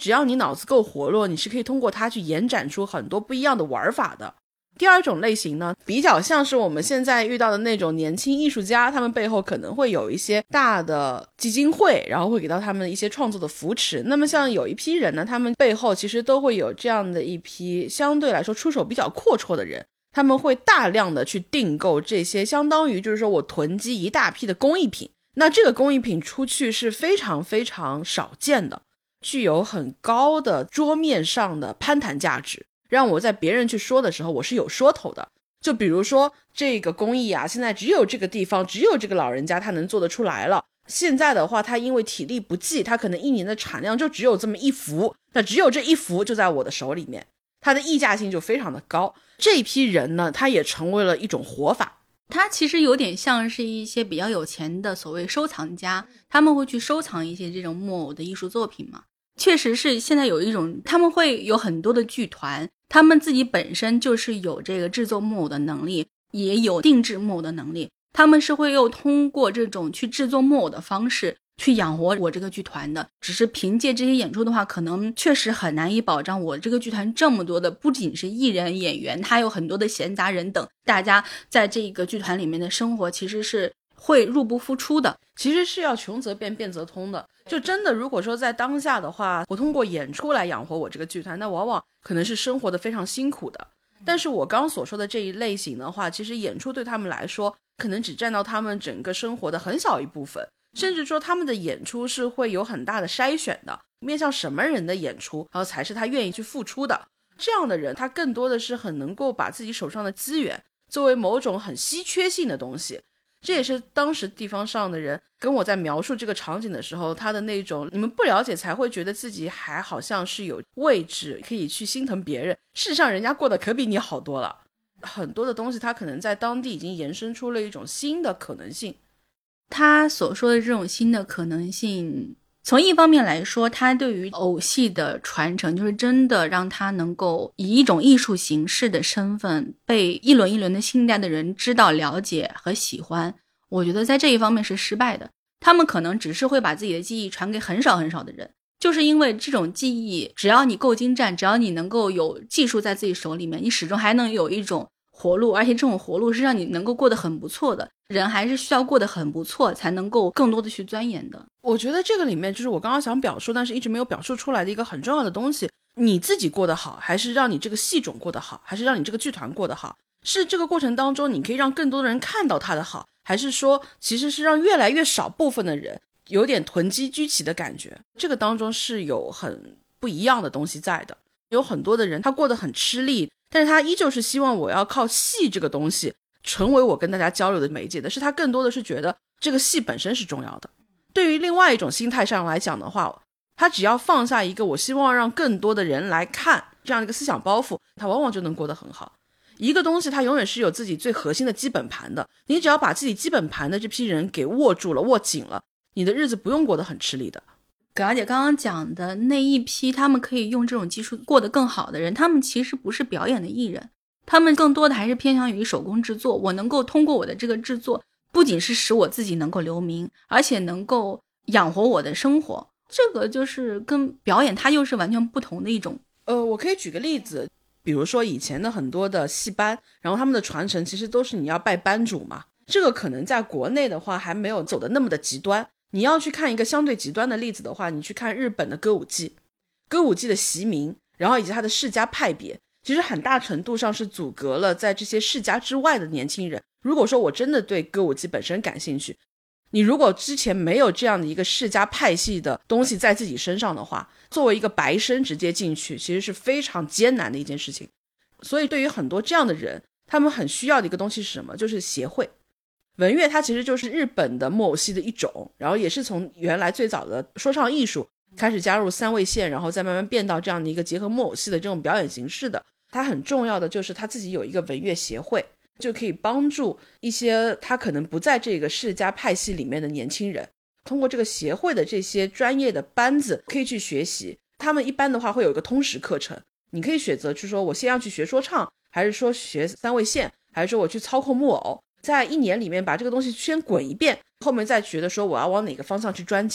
只要你脑子够活络，你是可以通过它去延展出很多不一样的玩法的。第二种类型呢，比较像是我们现在遇到的那种年轻艺术家，他们背后可能会有一些大的基金会，然后会给到他们一些创作的扶持。那么像有一批人呢，他们背后其实都会有这样的一批相对来说出手比较阔绰的人，他们会大量的去订购这些相当于就是说我囤积一大批的工艺品，那这个工艺品出去是非常非常少见的，具有很高的桌面上的攀谈价值，让我在别人去说的时候我是有说头的。就比如说这个工艺啊，现在只有这个地方只有这个老人家他能做得出来了，现在的话他因为体力不济，他可能一年的产量就只有这么一幅，那只有这一幅就在我的手里面，它的溢价性就非常的高。这一批人呢，他也成为了一种活法。 它其实有点像是一些比较有钱的所谓收藏家，他们会去收藏一些这种木偶的艺术作品嘛。确实是现在有一种，他们会有很多的剧团，他们自己本身就是有这个制作木偶的能力，也有定制木偶的能力，他们是会又通过这种去制作木偶的方式去养活我这个剧团的。只是凭借这些演出的话，可能确实很难以保障我这个剧团这么多的不仅是艺人演员，他有很多的闲杂人等，大家在这个剧团里面的生活其实是会入不敷出的， 其实是要穷则变，变则通的。就真的如果说在当下的话，我通过演出来养活我这个剧团，那往往可能是生活的非常辛苦的。但是我刚所说的这一类型的话，其实演出对他们来说可能只占到他们整个生活的很小一部分，甚至说他们的演出是会有很大的筛选的，面向什么人的演出，然后才是他愿意去付出的。这样的人他更多的是很能够把自己手上的资源作为某种很稀缺性的东西。这也是当时地方上的人跟我在描述这个场景的时候，他的那种你们不了解才会觉得自己还好像是有位置可以去心疼别人，事实上人家过得可比你好多了。很多的东西他可能在当地已经延伸出了一种新的可能性。 他所说的这种新的可能性，从一方面来说，他对于偶戏的传承就是真的让他能够以一种艺术形式的身份被一轮一轮的新一代的人知道、了解和喜欢。我觉得在这一方面是失败的，他们可能只是会把自己的技艺传给很少很少的人，就是因为这种技艺只要你够精湛，只要你能够有技术在自己手里面，你始终还能有一种活路，而且这种活路是让你能够过得很不错的。人还是需要过得很不错才能够更多的去钻研的。 我觉得这个里面就是我刚刚想表述但是一直没有表述出来的一个很重要的东西，你自己过得好，还是让你这个戏种过得好，还是让你这个剧团过得好，是这个过程当中你可以让更多的人看到他的好，还是说其实是让越来越少部分的人有点囤积居奇的感觉。这个当中是有很不一样的东西在的。有很多的人他过得很吃力，但是他依旧是希望我要靠戏这个东西成为我跟大家交流的媒介的，是他更多的是觉得这个戏本身是重要的。对于另外一种心态上来讲的话，他只要放下一个我希望让更多的人来看这样一个思想包袱，他往往就能过得很好。一个东西它永远是有自己最核心的基本盘的，你只要把自己基本盘的这批人给握住了握紧了，你的日子不用过得很吃力的。 葛小姐刚刚讲的那一批他们可以用这种技术过得更好的人，他们其实不是表演的艺人，他们更多的还是偏向于手工制作。我能够通过我的这个制作，不仅是使我自己能够留名，而且能够养活我的生活。这个就是跟表演它又是完全不同的一种。 呃，我可以举个例子，比如说以前的很多的戏班，然后他们的传承其实都是你要拜班主嘛，这个可能在国内的话还没有走的那么的极端。你要去看一个相对极端的例子的话，你去看日本的歌舞伎，歌舞伎的习名，然后以及它的世家派别，其实很大程度上是阻隔了在这些世家之外的年轻人。如果说我真的对歌舞伎本身感兴趣，你如果之前没有这样的一个世家派系的东西在自己身上的话，作为一个白身直接进去其实是非常艰难的一件事情。所以对于很多这样的人，他们很需要的一个东西是什么？就是协会。文乐它其实就是日本的木偶戏的一种，然后也是从原来最早的说唱艺术开始加入三味线，然后再慢慢变到这样的一个结合木偶戏的这种表演形式的。它很重要的就是它自己有一个文乐协会，就可以帮助一些他可能不在这个世家派系里面的年轻人，通过这个协会的这些专业的班子可以去学习。他们一般的话会有一个通识课程，你可以选择去说我先要去学说唱，还是说学三味线，还是说我去操控木偶，在一年里面把这个东西先滚一遍，后面再觉得说我要往哪个方向去专精。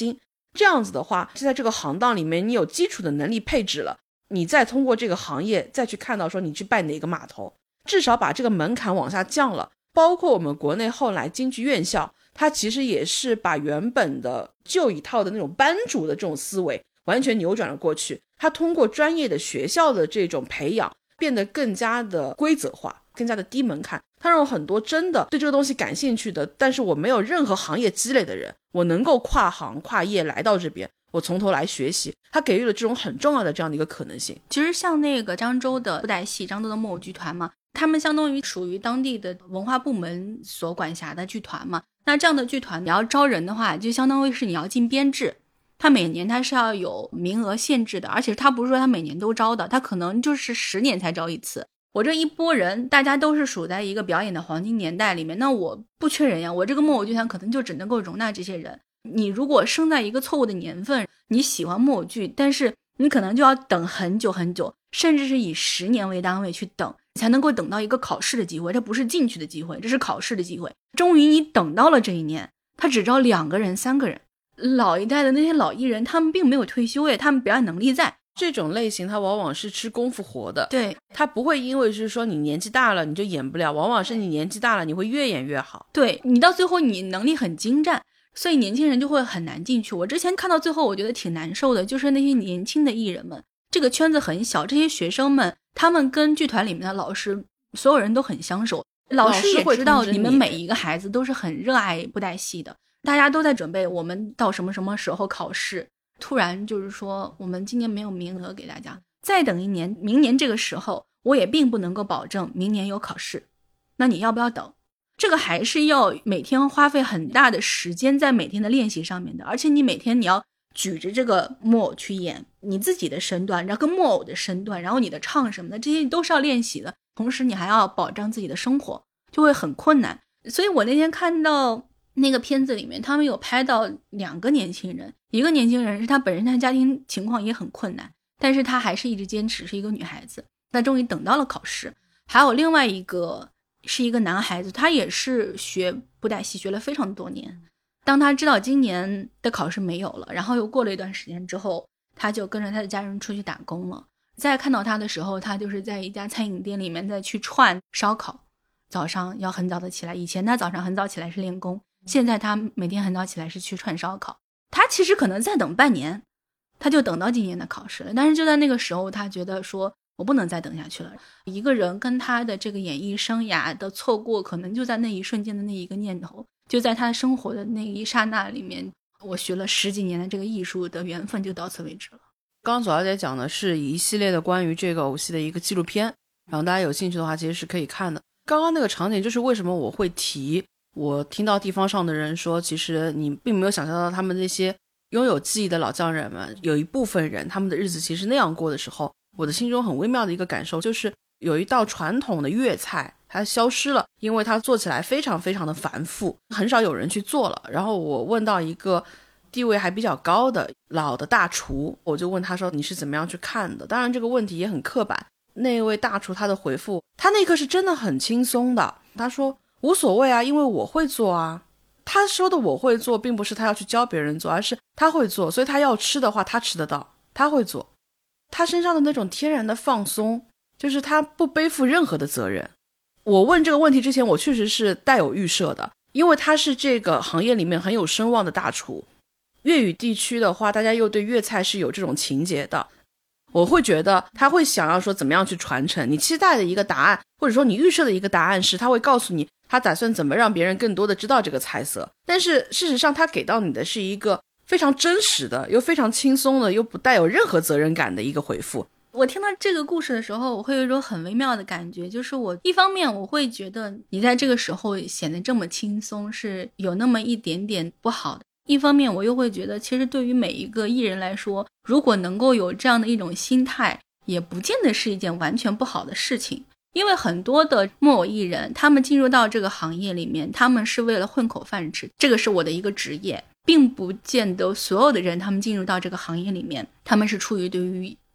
这样子的话，在这个行当里面你有基础的能力配置了，你再通过这个行业再去看到说你去拜哪个码头，至少把这个门槛往下降了。包括我们国内后来京剧院校，它其实也是把原本的旧一套的那种班主的这种思维完全扭转了过去，它通过专业的学校的这种培养变得更加的规则化，更加的低门槛，它让很多真的对这个东西感兴趣的，但是我没有任何行业积累的人，我能够跨行跨业来到这边，我从头来学习，它给予了这种很重要的这样的一个可能性。 其实像那个漳州的布袋戏，漳州的木偶剧团嘛，他们相当于属于当地的文化部门所管辖的剧团嘛，那这样的剧团你要招人的话，就相当于是你要进编制，他每年他是要有名额限制的，而且他不是说他每年都招的，他可能就是十年才招一次。我这一拨人大家都是属在一个表演的黄金年代里面，那我不缺人呀，我这个木偶剧团可能就只能够容纳这些人。你如果生在一个错误的年份，你喜欢木偶剧，但是你可能就要等很久很久，甚至是以十年为单位去等，才能够等到一个考试的机会，这不是进去的机会，这是考试的机会。终于你等到了这一年，他只招两个人三个人，老一代的那些老艺人他们并没有退休耶，他们表演能力在。 这种类型它往往是吃功夫活的， 对， 它不会因为是说你年纪大了你就演不了，往往是你年纪大了你会越演越好， 对，你到最后你能力很精湛，所以年轻人就会很难进去。我之前看到最后我觉得挺难受的，就是那些年轻的艺人们，这个圈子很小，这些学生们他们跟剧团里面的老师所有人都很相熟，老师也知道你们每一个孩子都是很热爱布袋戏的，大家都在准备我们到什么什么时候考试，突然就是说我们今年没有名额给大家，再等一年，明年这个时候我也并不能够保证明年有考试，那你要不要等？这个还是要每天花费很大的时间在每天的练习上面的，而且你每天你要举着这个木偶去演你自己的身段，然后跟木偶的身段，然后你的唱什么的，这些都是要练习的，同时你还要保障自己的生活，就会很困难。所以我那天看到那个片子里面他们有拍到两个年轻人，一个年轻人是他本身他家庭情况也很困难，但是他还是一直坚持，是一个女孩子，那终于等到了考试。还有另外一个是一个男孩子，他也是学布袋戏学了非常多年，当他知道今年的考试没有了，然后又过了一段时间之后，他就跟着他的家人出去打工了。再看到他的时候，他就是在一家餐饮店里面再去串烧烤，早上要很早的起来，以前他早上很早起来是练功，现在他每天很早起来是去串烧烤。他其实可能再等半年他就等到今年的考试了，但是就在那个时候他觉得说我不能再等下去了。一个人跟他的这个演艺生涯的错过，可能就在那一瞬间的那一个念头，就在他生活的那一刹那里面，我学了十几年的这个艺术的缘分就到此为止了。 刚刚左小姐讲的是一系列的关于这个偶戏的一个纪录片，然后大家有兴趣的话其实是可以看的。刚刚那个场景就是为什么我会提，我听到地方上的人说其实你并没有想象到他们那些拥有记忆的老匠人们，有一部分人他们的日子其实那样过的时候，我的心中很微妙的一个感受就是有一道传统的粤菜它消失了，因为它做起来非常非常的繁复，很少有人去做了。然后我问到一个地位还比较高的老的大厨，我就问他说你是怎么样去看的，当然这个问题也很刻板。那位大厨他的回复，他那刻是真的很轻松的，他说无所谓啊，因为我会做啊。他说的我会做并不是他要去教别人做，而是他会做，所以他要吃的话他吃得到，他会做。他身上的那种天然的放松，就是他不背负任何的责任。我问这个问题之前我确实是带有预设的，因为他是这个行业里面很有声望的大厨，粤语地区的话大家又对粤菜是有这种情节的，我会觉得他会想要说怎么样去传承。你期待的一个答案，或者说你预设的一个答案是他会告诉你他打算怎么让别人更多的知道这个菜色，但是事实上他给到你的是一个非常真实的又非常轻松的又不带有任何责任感的一个回复。 我听到这个故事的时候，我会有一种很微妙的感觉，就是我一方面我会觉得你在这个时候显得这么轻松是有那么一点点不好的，一方面我又会觉得其实对于每一个艺人来说，如果能够有这样的一种心态，也不见得是一件完全不好的事情。因为很多的木偶艺人他们进入到这个行业里面，他们是为了混口饭吃，这个是我的一个职业，并不见得所有的人他们进入到这个行业里面他们是出于对于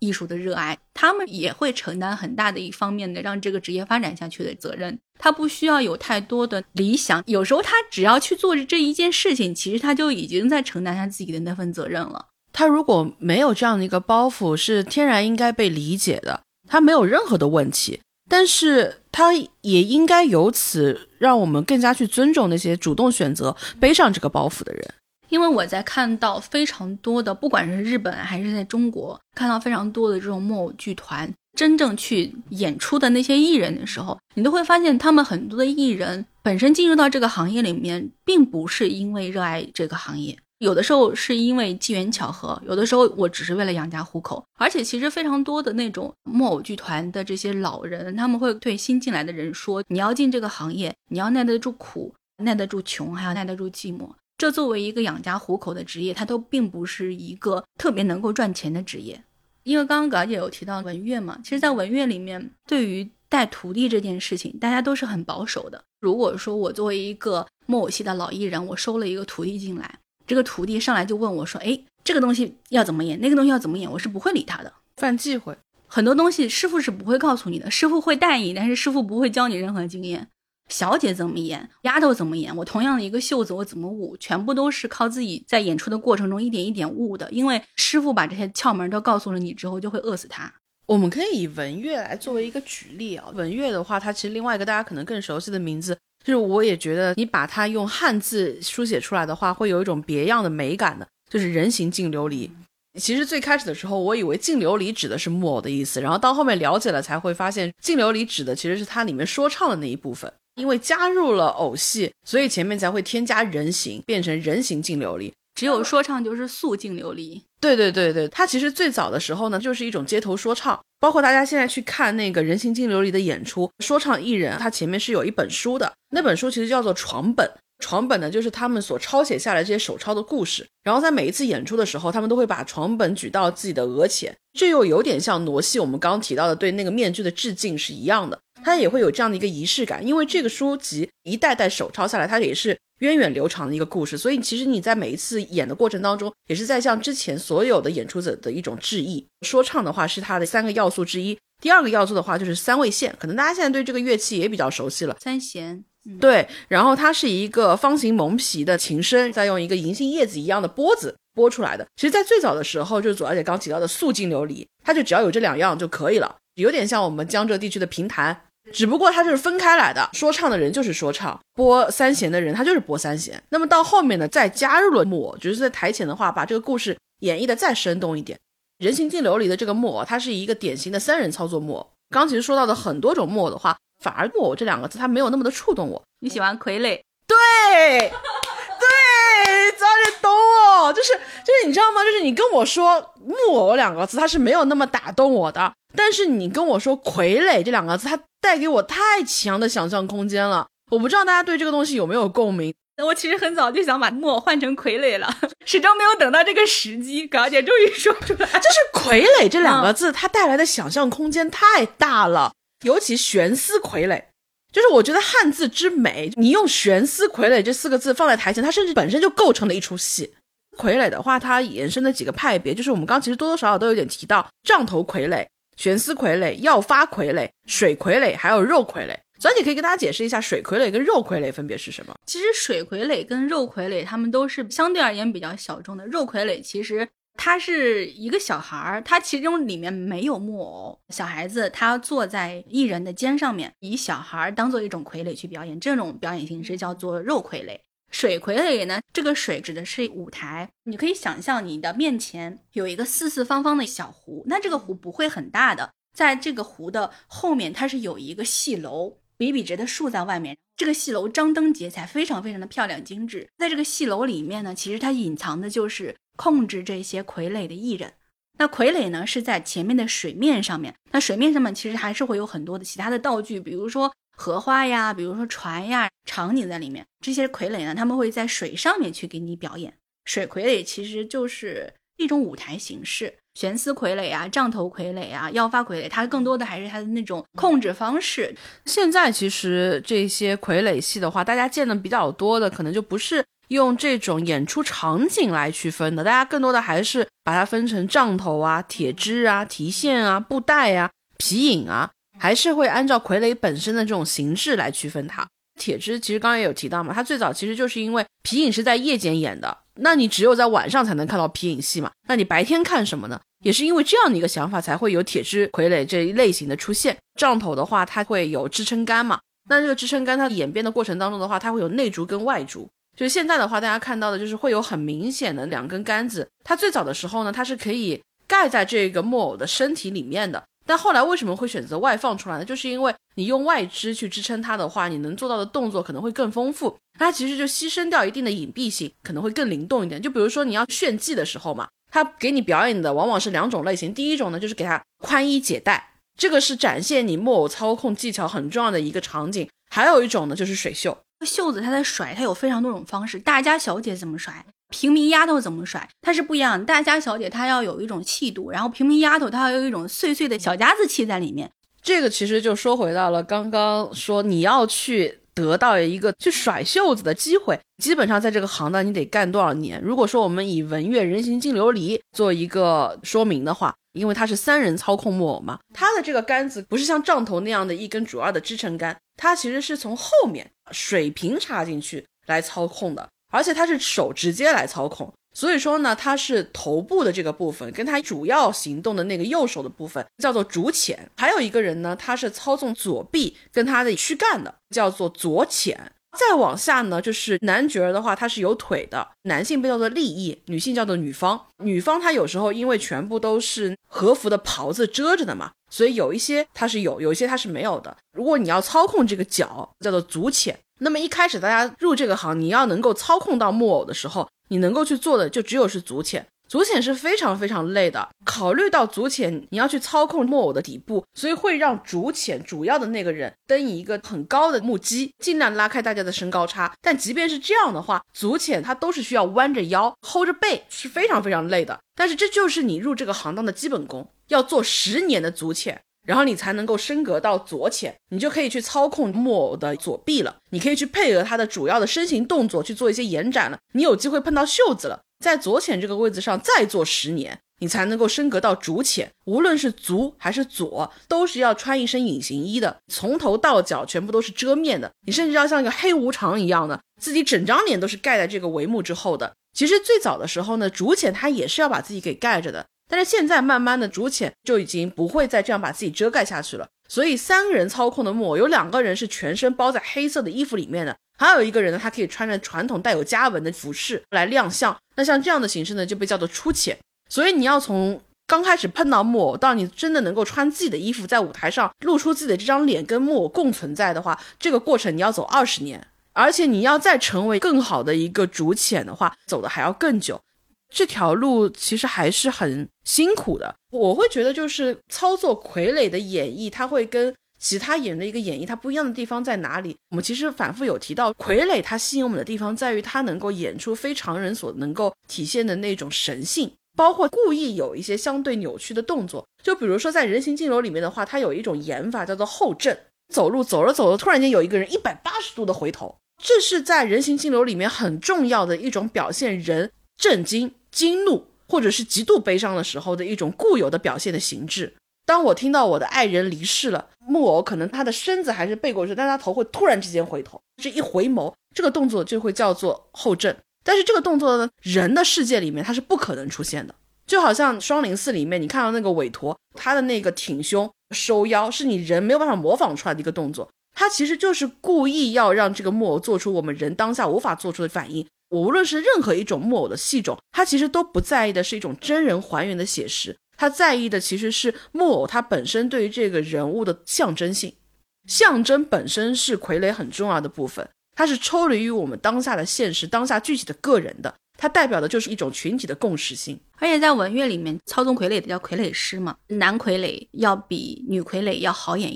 艺术的热爱，他们也会承担很大的一方面的让这个职业发展下去的责任。他不需要有太多的理想，有时候他只要去做这一件事情，其实他就已经在承担他自己的那份责任了。 他如果没有这样的一个包袱，是天然应该被理解的，他没有任何的问题，但是他也应该由此让我们更加去尊重那些主动选择背上这个包袱的人。 因为我在看到非常多的，不管是日本还是在中国，看到非常多的这种木偶剧团真正去演出的那些艺人的时候，你都会发现他们很多的艺人本身进入到这个行业里面并不是因为热爱这个行业，有的时候是因为机缘巧合，有的时候我只是为了养家糊口。而且其实非常多的那种木偶剧团的这些老人，他们会对新进来的人说，你要进这个行业，你要耐得住苦，耐得住穷，还要耐得住寂寞。这作为一个养家糊口的职业，它都并不是一个特别能够赚钱的职业。因为刚刚葛姐有提到文乐嘛，其实在文乐里面，对于带徒弟这件事情，大家都是很保守的。如果说我作为一个木偶戏的老艺人，我收了一个徒弟进来，这个徒弟上来就问我说，诶，这个东西要怎么演，那个东西要怎么演，我是不会理他的。 犯忌讳， 很多东西师傅是不会告诉你的，师傅会带你，但是师傅不会教你任何经验。小姐怎么演，丫头怎么演，我同样的一个袖子我怎么舞，全部都是靠自己在演出的过程中一点一点悟的。因为师傅把这些窍门都告诉了你之后，就会饿死他。 我们可以以文乐来作为一个举例啊。文乐的话，它其实另外一个大家可能更熟悉的名字，就是我也觉得你把它用汉字书写出来的话，会有一种别样的美感的，就是人形净琉璃。其实最开始的时候我以为净琉璃指的是木偶的意思，然后到后面了解了才会发现净琉璃指的其实是它里面说唱的那一部分。因为加入了偶戏，所以前面才会添加人形，变成人形净琉璃。 只有说唱就是素净琉璃。 对对对对，它其实最早的时候呢，就是一种街头说唱。包括大家现在去看那个人形净琉璃的演出，说唱艺人他前面是有一本书的，那本书其实叫做床本。床本呢，就是他们所抄写下来这些手抄的故事，然后在每一次演出的时候，他们都会把床本举到自己的额前，这又有点像傩戏我们刚刚提到的对那个面具的致敬是一样的，它也会有这样的一个仪式感。因为这个书籍一代代手抄下来，它也是源远流长的一个故事，所以其实你在每一次演的过程当中，也是在向之前所有的演出者的一种致意。说唱的话是它的三个要素之一，第二个要素的话就是三味线，可能大家现在对这个乐器也比较熟悉了， 三弦。 嗯、对，然后它是一个方形蒙皮的琴身，再用一个银杏叶子一样的钵子拨出来的。其实在最早的时候，就是左小姐刚提到的素净琉璃，它就只要有这两样就可以了，有点像我们江浙地区的评弹，只不过它就是分开来的，说唱的人就是说唱，拨三弦的人他就是拨三弦。那么到后面呢，再加入了木偶，就是在台前的话把这个故事演绎的再生动一点。人形净琉璃的这个木偶，它是一个典型的三人操作木偶。刚其实说到的很多种木偶的话，反而木偶这两个字它没有那么的触动我。 你喜欢傀儡？ 对对，早点懂我，就是就是你知道吗，就是你跟我说木偶两个字它是没有那么打动我的，但是你跟我说傀儡这两个字，它带给我太强的想象空间了。我不知道大家对这个东西有没有共鸣。 我其实很早就想把木偶换成傀儡了，始终没有等到这个时机。葛姐终于说出来， 就是傀儡这两个字、嗯、它带来的想象空间太大了，尤其悬丝傀儡，就是我觉得汉字之美，你用悬丝傀儡这四个字放在台前，它甚至本身就构成了一出戏。傀儡的话，它衍生的几个派别，就是我们刚其实多多少少都有点提到，杖头傀儡、悬丝傀儡、药发傀儡、水傀儡还有肉傀儡。所以你可以跟大家解释一下水傀儡跟肉傀儡分别是什么？ 其实水傀儡跟肉傀儡他们都是相对而言比较小众的。肉傀儡其实他是一个小孩，他其中里面没有木偶，小孩子他坐在艺人的肩上面，以小孩当做一种傀儡去表演，这种表演形式叫做肉傀儡。水傀儡呢，这个水指的是舞台，你可以想象你的面前有一个四四方方的小湖，那这个湖不会很大的，在这个湖的后面它是有一个戏楼，笔笔直的竖在外面，这个戏楼张灯结彩，非常非常的漂亮精致。在这个戏楼里面呢，其实它隐藏的就是控制这些傀儡的艺人。那傀儡呢是在前面的水面上面，那水面上面其实还是会有很多的其他的道具，比如说荷花呀，比如说船呀，场景在里面。这些傀儡呢，他们会在水上面去给你表演。水傀儡其实就是一种舞台形式，悬丝傀儡啊，杖头傀儡啊，腰发傀儡，它更多的还是它的那种控制方式。 现在其实这些傀儡戏的话，大家见的比较多的可能就不是用这种演出场景来区分的，大家更多的还是把它分成杖头啊、铁枝啊、提线啊、布袋啊、皮影啊，还是会按照傀儡本身的这种形制来区分它。铁枝其实刚刚也有提到嘛，它最早其实就是因为皮影是在夜间演的，那你只有在晚上才能看到皮影戏嘛，那你白天看什么呢？也是因为这样的一个想法才会有铁枝傀儡这一类型的出现。杖头的话它会有支撑杆嘛，那这个支撑杆它演变的过程当中的话，它会有内竹跟外竹。就是现在的话大家看到的就是会有很明显的两根杆子，它最早的时候呢它是可以盖在这个木偶的身体里面的，但后来为什么会选择外放出来呢？就是因为你用外支去支撑它的话，你能做到的动作可能会更丰富，它其实就牺牲掉一定的隐蔽性，可能会更灵动一点。就比如说你要炫技的时候嘛，它给你表演的往往是两种类型，第一种呢就是给它宽衣解带，这个是展现你木偶操控技巧很重要的一个场景，还有一种呢就是水袖。 袖子它在甩，它有非常多种方式，大家小姐怎么甩，平民丫头怎么甩，它是不一样的。大家小姐她要有一种气度，然后平民丫头她要有一种碎碎的小家子气在里面。 这个其实就说回到了刚刚说你要去得到一个去甩袖子的机会，基本上在这个行当你得干多少年。如果说我们以文乐人形金琉璃做一个说明的话，因为它是三人操控木偶嘛，它的这个杆子不是像杖头那样的一根主要的支撑杆，它其实是从后面水平插进去来操控的，而且它是手直接来操控，所以说呢它是头部的这个部分跟它主要行动的那个右手的部分叫做主遣，还有一个人呢他是操纵左臂跟他的躯干的，叫做左遣。再往下呢就是男角的话他是有腿的，男性被叫做立翼，女性叫做女方。女方她有时候因为全部都是和服的袍子遮着的嘛，所以有一些它是有，有一些它是没有的。如果你要操控这个脚叫做足遣，那么一开始大家入这个行你要能够操控到木偶的时候，你能够去做的就只有是足遣。足遣是非常非常累的，考虑到足遣你要去操控木偶的底部，所以会让主遣主要的那个人登以一个很高的木屐，尽量拉开大家的身高差。但即便是这样的话，足遣它都是需要弯着腰 hold 着背，是非常非常累的。但是这就是你入这个行当的基本功，要做十年的足遣，然后你才能够升格到左遣，你就可以去操控木偶的左臂了，你可以去配合它的主要的身形动作去做一些延展了，你有机会碰到袖子了，在左遣这个位置上再做十年，你才能够升格到主遣。无论是足还是左，都是要穿一身隐形衣的，从头到脚全部都是遮面的，你甚至要像一个黑无常一样的，自己整张脸都是盖在这个帷幕之后的。其实最早的时候呢，主遣他也是要把自己给盖着的，但是现在慢慢的主遣就已经不会再这样把自己遮盖下去了，所以三个人操控的木偶有两个人是全身包在黑色的衣服里面的，还有一个人呢他可以穿着传统带有家纹的服饰来亮相，那像这样的形式呢就被叫做出遣。所以你要从刚开始碰到木偶到你真的能够穿自己的衣服在舞台上露出自己的这张脸跟木偶共存在的话，这个过程你要走二十年，而且你要再成为更好的一个主遣的话走的还要更久，这条路其实还是很辛苦的。我会觉得就是操作傀儡的演绎它会跟其他演的一个演绎它不一样的地方在哪里，我们其实反复有提到傀儡它吸引我们的地方在于它能够演出非常人所能够体现的那种神性，包括故意有一些相对扭曲的动作，就比如说在人形金楼里面的话，它有一种演法叫做后震，走路走着走着突然间有一个人一百八十度的回头，这是在人形金楼里面很重要的一种表现人震惊惊怒或者是极度悲伤的时候的一种固有的表现的形制。当我听到我的爱人离世了，木偶可能他的身子还是背过去，但他头会突然之间回头，这一回眸，这个动作就会叫做后震。但是这个动作呢，人的世界里面它是不可能出现的，就好像双林寺里面你看到那个韦陀，他的那个挺胸收腰是你人没有办法模仿出来的一个动作，他其实就是故意要让这个木偶做出我们人当下无法做出的反应。无论是任何一种木偶的戏种，他其实都不在意的是一种真人还原的写实，他在意的其实是木偶它本身对于这个人物的象征性。象征本身是傀儡很重要的部分，它是抽离于我们当下的现实当下具体的个人的，它代表的就是一种群体的共识性。 而且在文乐里面操纵傀儡的叫傀儡师嘛，男傀儡要比女傀儡要好演一点，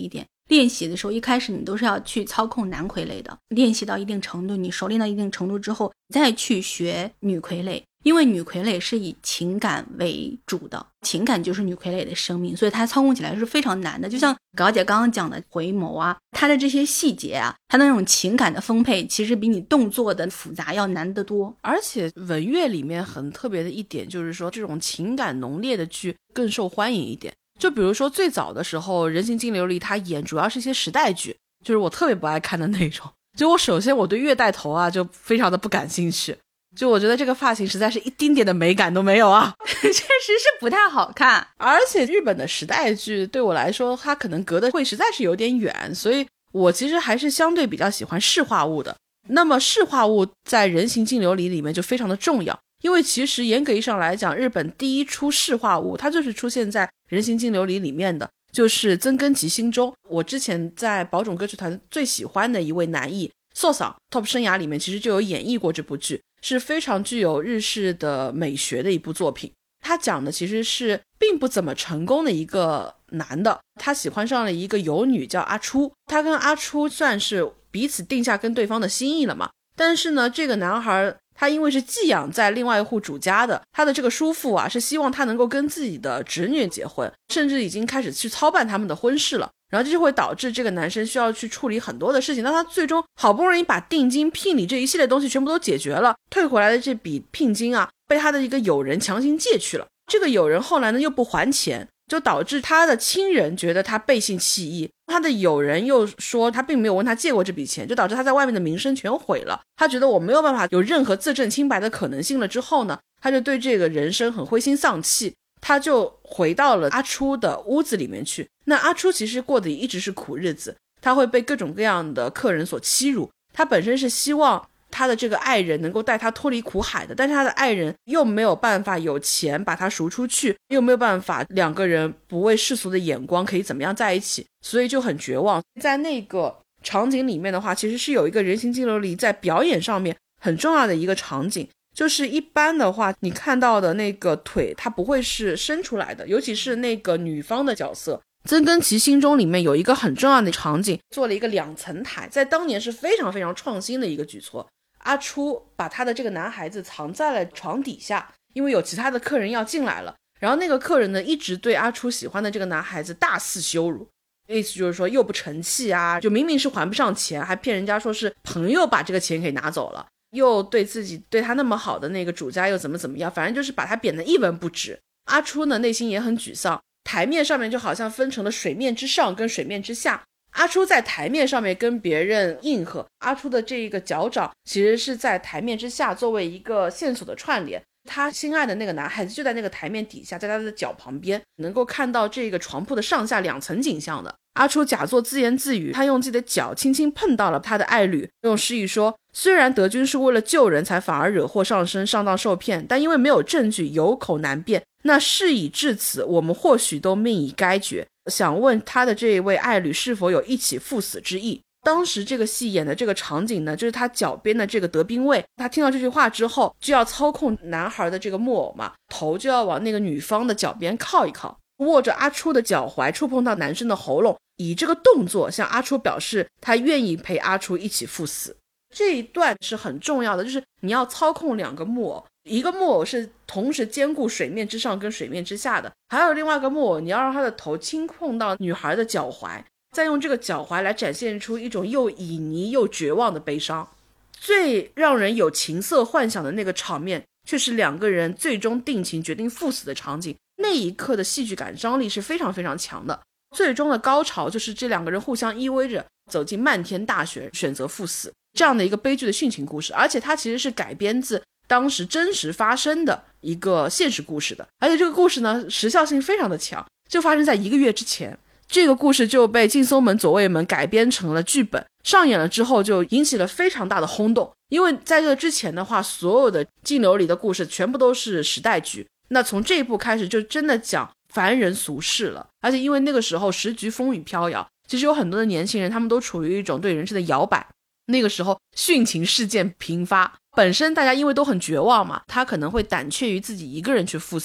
练习的时候，一开始你都是要去操控男傀儡的，练习到一定程度，你熟练到一定程度之后，再去学女傀儡。因为女傀儡是以情感为主的，情感就是女傀儡的生命，所以它操控起来是非常难的。就像高姐刚刚讲的回眸啊，它的这些细节啊，它的那种情感的丰沛，其实比你动作的复杂要难得多。 而且文乐里面很特别的一点就是说，这种情感浓烈的剧更受欢迎一点。就比如说最早的时候，人形金琉璃它演主要是一些时代剧，就是我特别不爱看的那种。就我首先我对月带头啊就非常的不感兴趣，就我觉得这个发型实在是一丁点的美感都没有啊， 确实是不太好看。 而且日本的时代剧对我来说，它可能隔得会实在是有点远，所以我其实还是相对比较喜欢市话物的。那么市话物在人形金琉璃里面就非常的重要，因为其实严格意义上来讲，日本第一出市话物它就是出现在人形金琉璃里面的，就是曾根崎心中。我之前在宝冢歌剧团最喜欢的一位男艺寿桑 Top 生涯里面其实就有演绎过这部剧，是非常具有日式的美学的一部作品。他讲的其实是并不怎么成功的一个男的，他喜欢上了一个游女叫阿初，他跟阿初算是彼此定下跟对方的心意了嘛。但是呢，这个男孩他因为是寄养在另外一户主家的，他的这个叔父啊是希望他能够跟自己的侄女结婚，甚至已经开始去操办他们的婚事了。然后这就会导致这个男生需要去处理很多的事情，当他最终好不容易把定金聘礼这一系列东西全部都解决了，退回来的这笔聘金啊被他的一个友人强行借去了。这个友人后来呢又不还钱，就导致他的亲人觉得他背信弃义，他的友人又说他并没有问他借过这笔钱，就导致他在外面的名声全毁了。他觉得我没有办法有任何自证清白的可能性了之后呢，他就对这个人生很灰心丧气，他就回到了阿初的屋子里面去。那阿初其实过得一直是苦日子，他会被各种各样的客人所欺辱，他本身是希望他的这个爱人能够带他脱离苦海的，但是他的爱人又没有办法有钱把他赎出去，又没有办法两个人不为世俗的眼光可以怎么样在一起，所以就很绝望。在那个场景里面的话，其实是有一个人形金琉璃在表演上面很重要的一个场景，就是一般的话你看到的那个腿它不会是伸出来的，尤其是那个女方的角色曾根崎心中里面有一个很重要的场景，做了一个两层台，在当年是非常非常创新的一个举措。阿初把他的这个男孩子藏在了床底下，因为有其他的客人要进来了，然后那个客人呢一直对阿初喜欢的这个男孩子大肆羞辱，意思就是说又不成器啊，就明明是还不上钱，还骗人家说是朋友把这个钱给拿走了，又对自己对他那么好的那个主家又怎么怎么样，反正就是把他贬得一文不值。阿初呢内心也很沮丧，台面上面就好像分成了水面之上跟水面之下。阿初在台面上面跟别人应和，阿初的这个脚掌其实是在台面之下作为一个线索的串联，他心爱的那个男孩子就在那个台面底下，在他的脚旁边，能够看到这个床铺的上下两层景象的。阿初假作自言自语，他用自己的脚轻轻碰到了他的爱侣，用诗意说，虽然德军是为了救人才反而惹祸上身，上当受骗，但因为没有证据，有口难辩，那事已至此，我们或许都命已该绝。想问他的这一位爱侣是否有一起赴死之意。当时这个戏演的这个场景呢，就是他脚边的这个德兵卫，他听到这句话之后就要操控男孩的这个木偶嘛，头就要往那个女方的脚边靠一靠，握着阿初的脚踝触碰到男生的喉咙，以这个动作向阿初表示他愿意陪阿初一起赴死。这一段是很重要的，就是你要操控两个木偶，一个木偶是同时兼顾水面之上跟水面之下的，还有另外一个木偶你要让他的头轻碰到女孩的脚踝，再用这个脚踝来展现出一种又旖旎又绝望的悲伤。最让人有情色幻想的那个场面却是两个人最终定情决定赴死的场景，那一刻的戏剧感张力是非常非常强的。最终的高潮就是这两个人互相依偎着走进漫天大雪，选择赴死，这样的一个悲剧的殉情故事。而且它其实是改编自当时真实发生的一个现实故事的，而且这个故事呢时效性非常的强，就发生在一个月之前。这个故事就被劲松门左卫门改编成了剧本，上演了之后就引起了非常大的轰动。因为在这之前的话，所有的金琉璃的故事全部都是时代剧，那从这一部开始就真的讲凡人俗世了。而且因为那个时候时局风雨飘摇，其实有很多的年轻人他们都处于一种对人生的摇摆，那个时候殉情事件频发，本身大家因为都很绝望嘛，他可能会胆怯于自己一个人去赴死，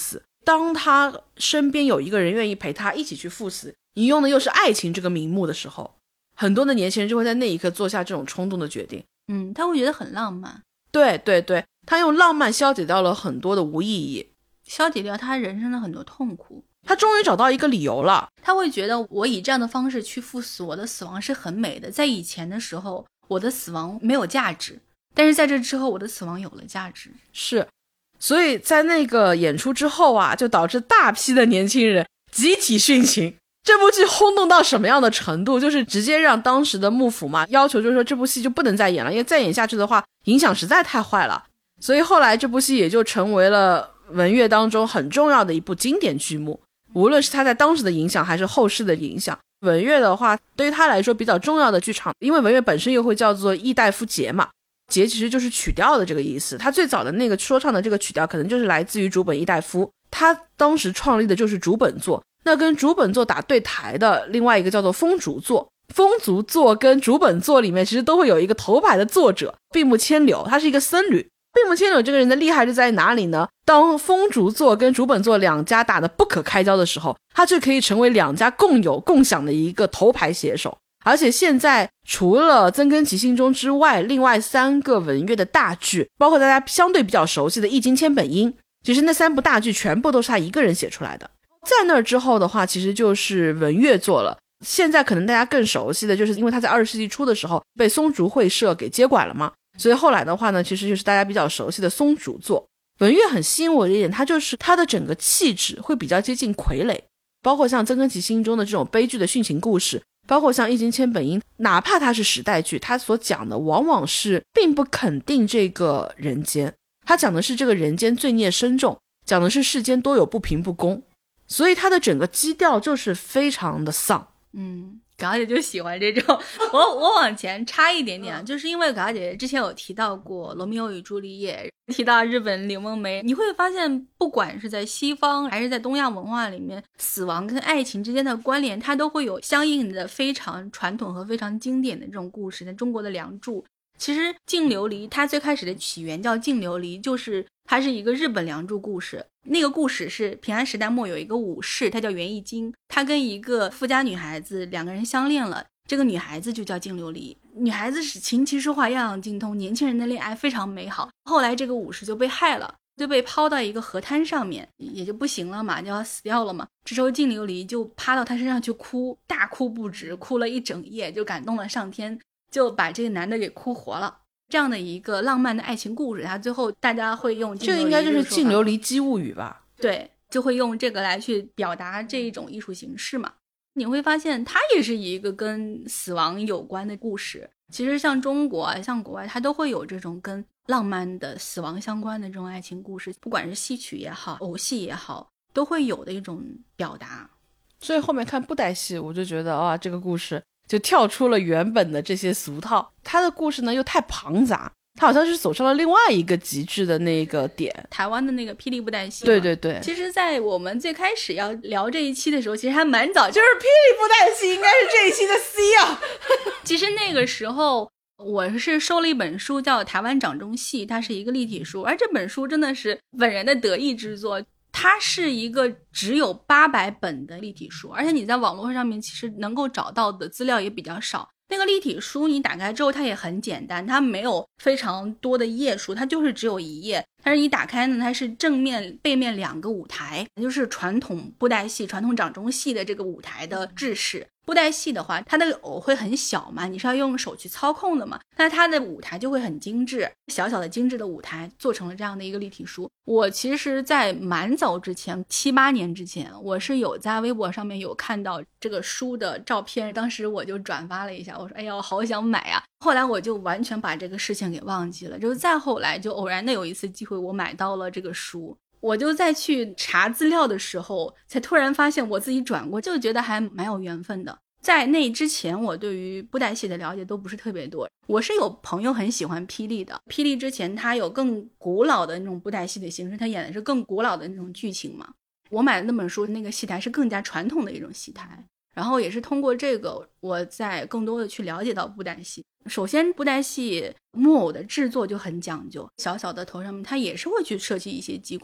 当他身边有一个人愿意陪他一起去赴死，你用的又是爱情这个名目的时候，很多的年轻人就会在那一刻做下这种冲动的决定。 嗯，他会觉得很浪漫。 对对对，他用浪漫消解掉了很多的无意义， 消解掉他人生的很多痛苦。 他终于找到一个理由了， 他会觉得我以这样的方式去赴死，我的死亡是很美的。在以前的时候，我的死亡没有价值，但是在这之后，我的死亡有了价值。 是，所以在那个演出之后啊，就导致大批的年轻人集体殉情。这部剧轰动到什么样的程度，就是直接让当时的幕府嘛要求，就是说这部戏就不能再演了，因为再演下去的话影响实在太坏了。所以后来这部戏也就成为了文乐当中很重要的一部经典剧目，无论是它在当时的影响还是后世的影响。文乐的话对于他来说比较重要的剧场，因为文乐本身又会叫做意大夫节嘛，节其实就是曲调的这个意思，他最早的那个说唱的这个曲调可能就是来自于竹本义大夫，他当时创立的就是竹本作。那跟竹本作打对台的另外一个叫做风竹作，风竹作跟竹本作里面其实都会有一个头牌的作者闭目千柳，他是一个僧侣。闭目千柳这个人的厉害就在哪里呢？当风竹作跟竹本作两家打得不可开交的时候，他就可以成为两家共有共享的一个头牌写手。而且现在除了增根其心中之外，另外三个文乐的大剧，包括大家相对比较熟悉的易经千本樱，其实那三部大剧全部都是他一个人写出来的。在那之后的话其实就是文乐作了，现在可能大家更熟悉的就是因为他在二十世纪初的时候被松竹会社给接管了嘛，所以后来的话呢其实就是大家比较熟悉的松竹作。文乐很吸引我的一点，它就是它的整个气质会比较接近傀儡，包括像增根其心中的这种悲剧的殉情故事，包括像易经千本樱，哪怕它是时代剧，它所讲的往往是并不肯定这个人间，它讲的是这个人间罪孽深重，讲的是世间多有不平不公，所以它的整个基调就是非常的丧。 嗯，港姐就喜欢这种。我我往前插一点点啊，就是因为港姐之前有提到过罗密欧与朱丽叶，提到日本柳梦梅，你会发现不管是在西方还是在东亚文化里面，死亡跟爱情之间的关联它都会有相应的非常传统和非常经典的这种故事。在中国的梁祝，其实净琉璃它最开始的起源叫净琉璃，就是它是一个日本梁祝故事。那个故事是平安时代末有一个武士，他叫袁义经，他跟一个富家女孩子两个人相恋了，这个女孩子就叫净琉璃。女孩子是琴棋书画样样精通，年轻人的恋爱非常美好。后来这个武士就被害了，就被抛到一个河滩上面，也就不行了嘛，就要死掉了嘛。这时候净琉璃就趴到他身上去哭，大哭不止，哭了一整夜，就感动了上天，就把这个男的给哭活了。这样的一个浪漫的爱情故事，它最后大家会用这应该就是净琉璃姬物语吧？ 对，就会用这个来去表达这一种艺术形式嘛。你会发现它也是一个跟死亡有关的故事。其实像中国啊，像国外，它都会有这种跟浪漫的死亡相关的这种爱情故事，不管是戏曲也好，偶戏也好，都会有的一种表达。 所以后面看布袋戏，我就觉得哇，这个故事就跳出了原本的这些俗套，他的故事呢又太庞杂，他好像是走上了另外一个极致的那个点。 台湾的那个霹雳布袋戏， 对对对， 其实在我们最开始要聊这一期的时候，其实还蛮早， 就是霹雳布袋戏应该是这一期的 C 啊。 其实那个时候我是收了一本书叫《台湾掌中戏》，它是一个立体书，而这本书真的是本人的得意之作。它是一个只有八百本的立体书，而且你在网络上面其实能够找到的资料也比较少。那个立体书你打开之后它也很简单，它没有非常多的页数，它就是只有一页。但是你打开呢，它是正面背面两个舞台，就是传统布袋戏传统掌中戏的这个舞台的制式。布袋戏的话，它的偶会很小嘛，你是要用手去操控的嘛，那它的舞台就会很精致，小小的精致的舞台做成了这样的一个立体书。我其实在蛮早之前，七八年之前，我是有在微博上面有看到这个书的照片，当时我就转发了一下，我说哎呀我好想买啊。后来我就完全把这个事情给忘记了，就是再后来就偶然的有一次机会我买到了这个书，我就再去查资料的时候才突然发现我自己转过，就觉得还蛮有缘分的。在那之前我对于布袋戏的了解都不是特别多，我是有朋友很喜欢霹雳的，霹雳之前他有更古老的那种布袋戏的形式，他演的是更古老的那种剧情嘛。我买的那本书那个戏台是更加传统的一种戏台，然后也是通过这个我在更多的去了解到布袋戏。首先布袋戏木偶的制作就很讲究，小小的头上面它也是会去设计一些机关的，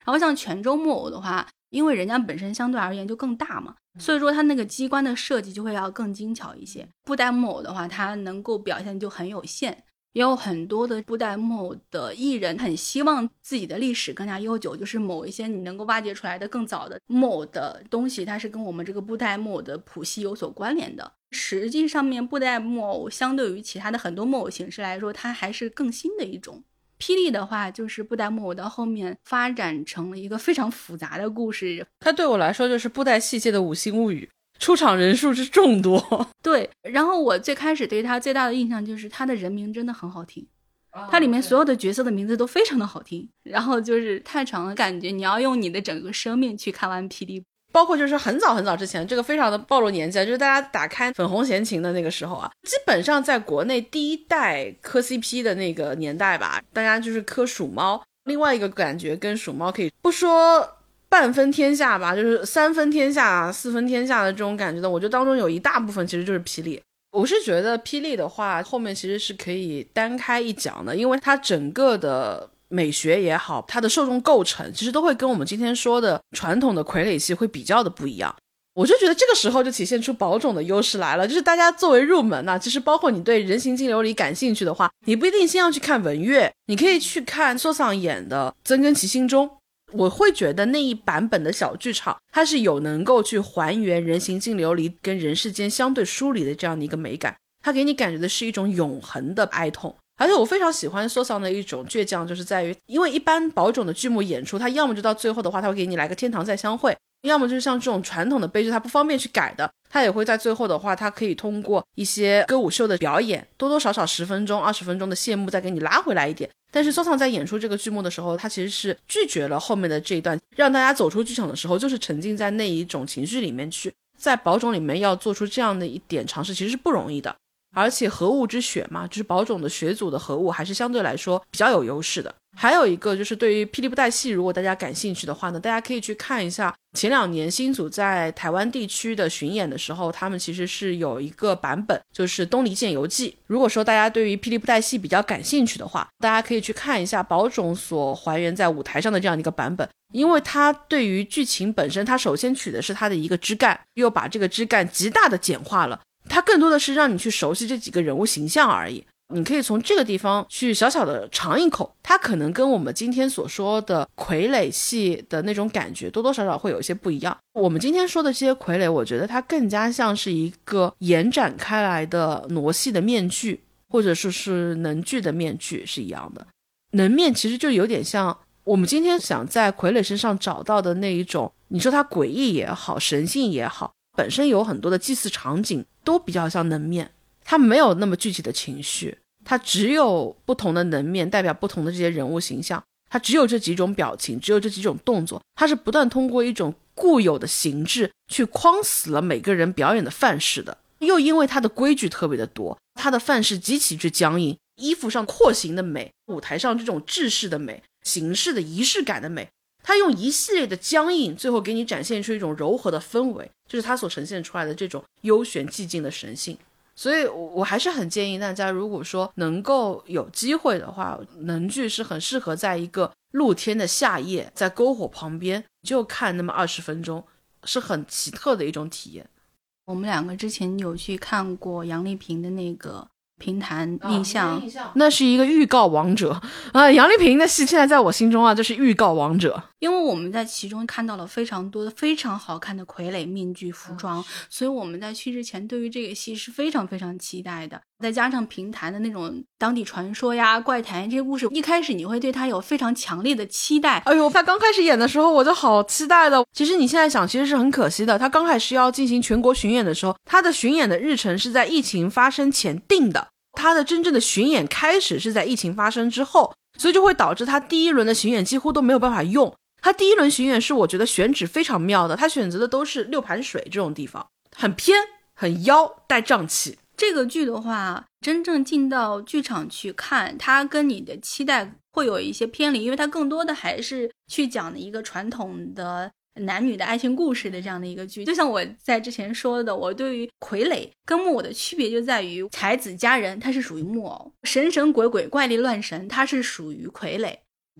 然后像泉州木偶的话，因为人家本身相对而言就更大嘛，所以说它那个机关的设计就会要更精巧一些。布袋木偶的话，它能够表现就很有限，也有很多的布袋木偶的艺人很希望自己的历史更加悠久，就是某一些你能够挖掘出来的更早的木偶的东西，它是跟我们这个布袋木偶的谱系有所关联的。实际上面布袋木偶相对于其他的很多木偶形式来说，它还是更新的一种。霹雳的话，就是布袋木偶到后面发展成了一个非常复杂的故事， 它对我来说就是布袋戏界的五星物语，出场人数之众多。 对，然后我最开始对它最大的印象就是它的人名真的很好听，它里面所有的角色的名字都非常的好听，然后就是太长了，感觉你要用你的整个生命去看完霹雳。 包括就是很早很早之前，这个非常的暴露年纪，就是大家打开粉红闲情的那个时候啊，基本上在国内第一代磕 C P 的那个年代吧，大家就是磕鼠猫。另外一个感觉跟鼠猫可以不说半分天下吧，就是三分天下四分天下的这种感觉的，我觉得当中有一大部分其实就是霹雳。我是觉得霹雳的话后面其实是可以单开一讲的，因为它整个的美学也好，它的受众构成其实都会跟我们今天说的传统的傀儡戏会比较的不一样。我就觉得这个时候就体现出宝冢的优势来了，就是大家作为入门啊，其实包括你对人形净琉璃感兴趣的话，你不一定先要去看文乐，你可以去看梭桑演的增根其心中。我会觉得那一版本的小剧场它是有能够去还原人形净琉璃跟人世间相对疏离的这样的一个美感，它给你感觉的是一种永恒的哀痛。而且我非常喜欢梭桑的一种倔强，就是在于因为一般宝冢的剧目演出，它要么就到最后的话，它会给你来个天堂再相会，要么就是像这种传统的悲剧它不方便去改的，它也会在最后的话，它可以通过一些歌舞秀的表演，多多少少十分钟二十分钟的谢幕再给你拉回来一点。但是梭桑在演出这个剧目的时候，他其实是拒绝了后面的这一段，让大家走出剧场的时候就是沉浸在那一种情绪里面去。在宝冢里面要做出这样的一点尝试其实是不容易的，而且合物之血嘛，就是宝冢的血组的合物还是相对来说比较有优势的。还有一个就是对于霹雳布袋戏如果大家感兴趣的话呢，大家可以去看一下前两年新组在台湾地区的巡演的时候，他们其实是有一个版本就是东离剑游记。如果说大家对于霹雳布袋戏比较感兴趣的话，大家可以去看一下宝冢所还原在舞台上的这样的一个版本，因为它对于剧情本身，它首先取的是它的一个枝干，又把这个枝干极大的简化了，它更多的是让你去熟悉这几个人物形象而已。你可以从这个地方去小小的尝一口，它可能跟我们今天所说的傀儡戏的那种感觉多多少少会有一些不一样。我们今天说的这些傀儡，我觉得它更加像是一个延展开来的傩戏的面具，或者说是能剧的面具是一样的。能面其实就有点像我们今天想在傀儡身上找到的那一种，你说它诡异也好神性也好，本身有很多的祭祀场景都比较像能面，它没有那么具体的情绪，它只有不同的能面代表不同的这些人物形象，它只有这几种表情，只有这几种动作，它是不断通过一种固有的形制去框死了每个人表演的范式的。又因为它的规矩特别的多，它的范式极其之僵硬，衣服上廓形的美，舞台上这种制式的美，形式的仪式感的美，它用一系列的僵硬最后给你展现出一种柔和的氛围，就是它所呈现出来的这种幽玄寂静的神性。所以我还是很建议大家，如果说能够有机会的话，能剧是很适合在一个露天的夏夜，在篝火旁边就看那么二十分钟，是很奇特的一种体验。 我们两个之前有去看过杨丽萍的那个评弹印象、 哦、那是一个预告王者啊！杨丽萍的戏现在在我心中啊，就是预告王者。 因为我们在其中看到了非常多的非常好看的傀儡面具服装、嗯、所以我们在去之前对于这个戏是非常非常期待的。再加上评弹的那种当地传说呀怪谈这些故事，一开始你会对他有非常强烈的期待。 哎呦，他刚开始演的时候我就好期待的。其实你现在想其实是很可惜的，他刚开始要进行全国巡演的时候，他的巡演的日程是在疫情发生前定的，他的真正的巡演开始是在疫情发生之后，所以就会导致他第一轮的巡演几乎都没有办法用。他第一轮巡演是我觉得选址非常妙的，他选择的都是六盘水这种地方，很偏很妖带瘴气。 这个剧的话真正进到剧场去看，它跟你的期待会有一些偏离，因为它更多的还是去讲的一个传统的男女的爱情故事的这样的一个剧。就像我在之前说的，我对于傀儡跟木偶的区别就在于才子佳人它是属于木偶，神神鬼鬼怪力乱神它是属于傀儡。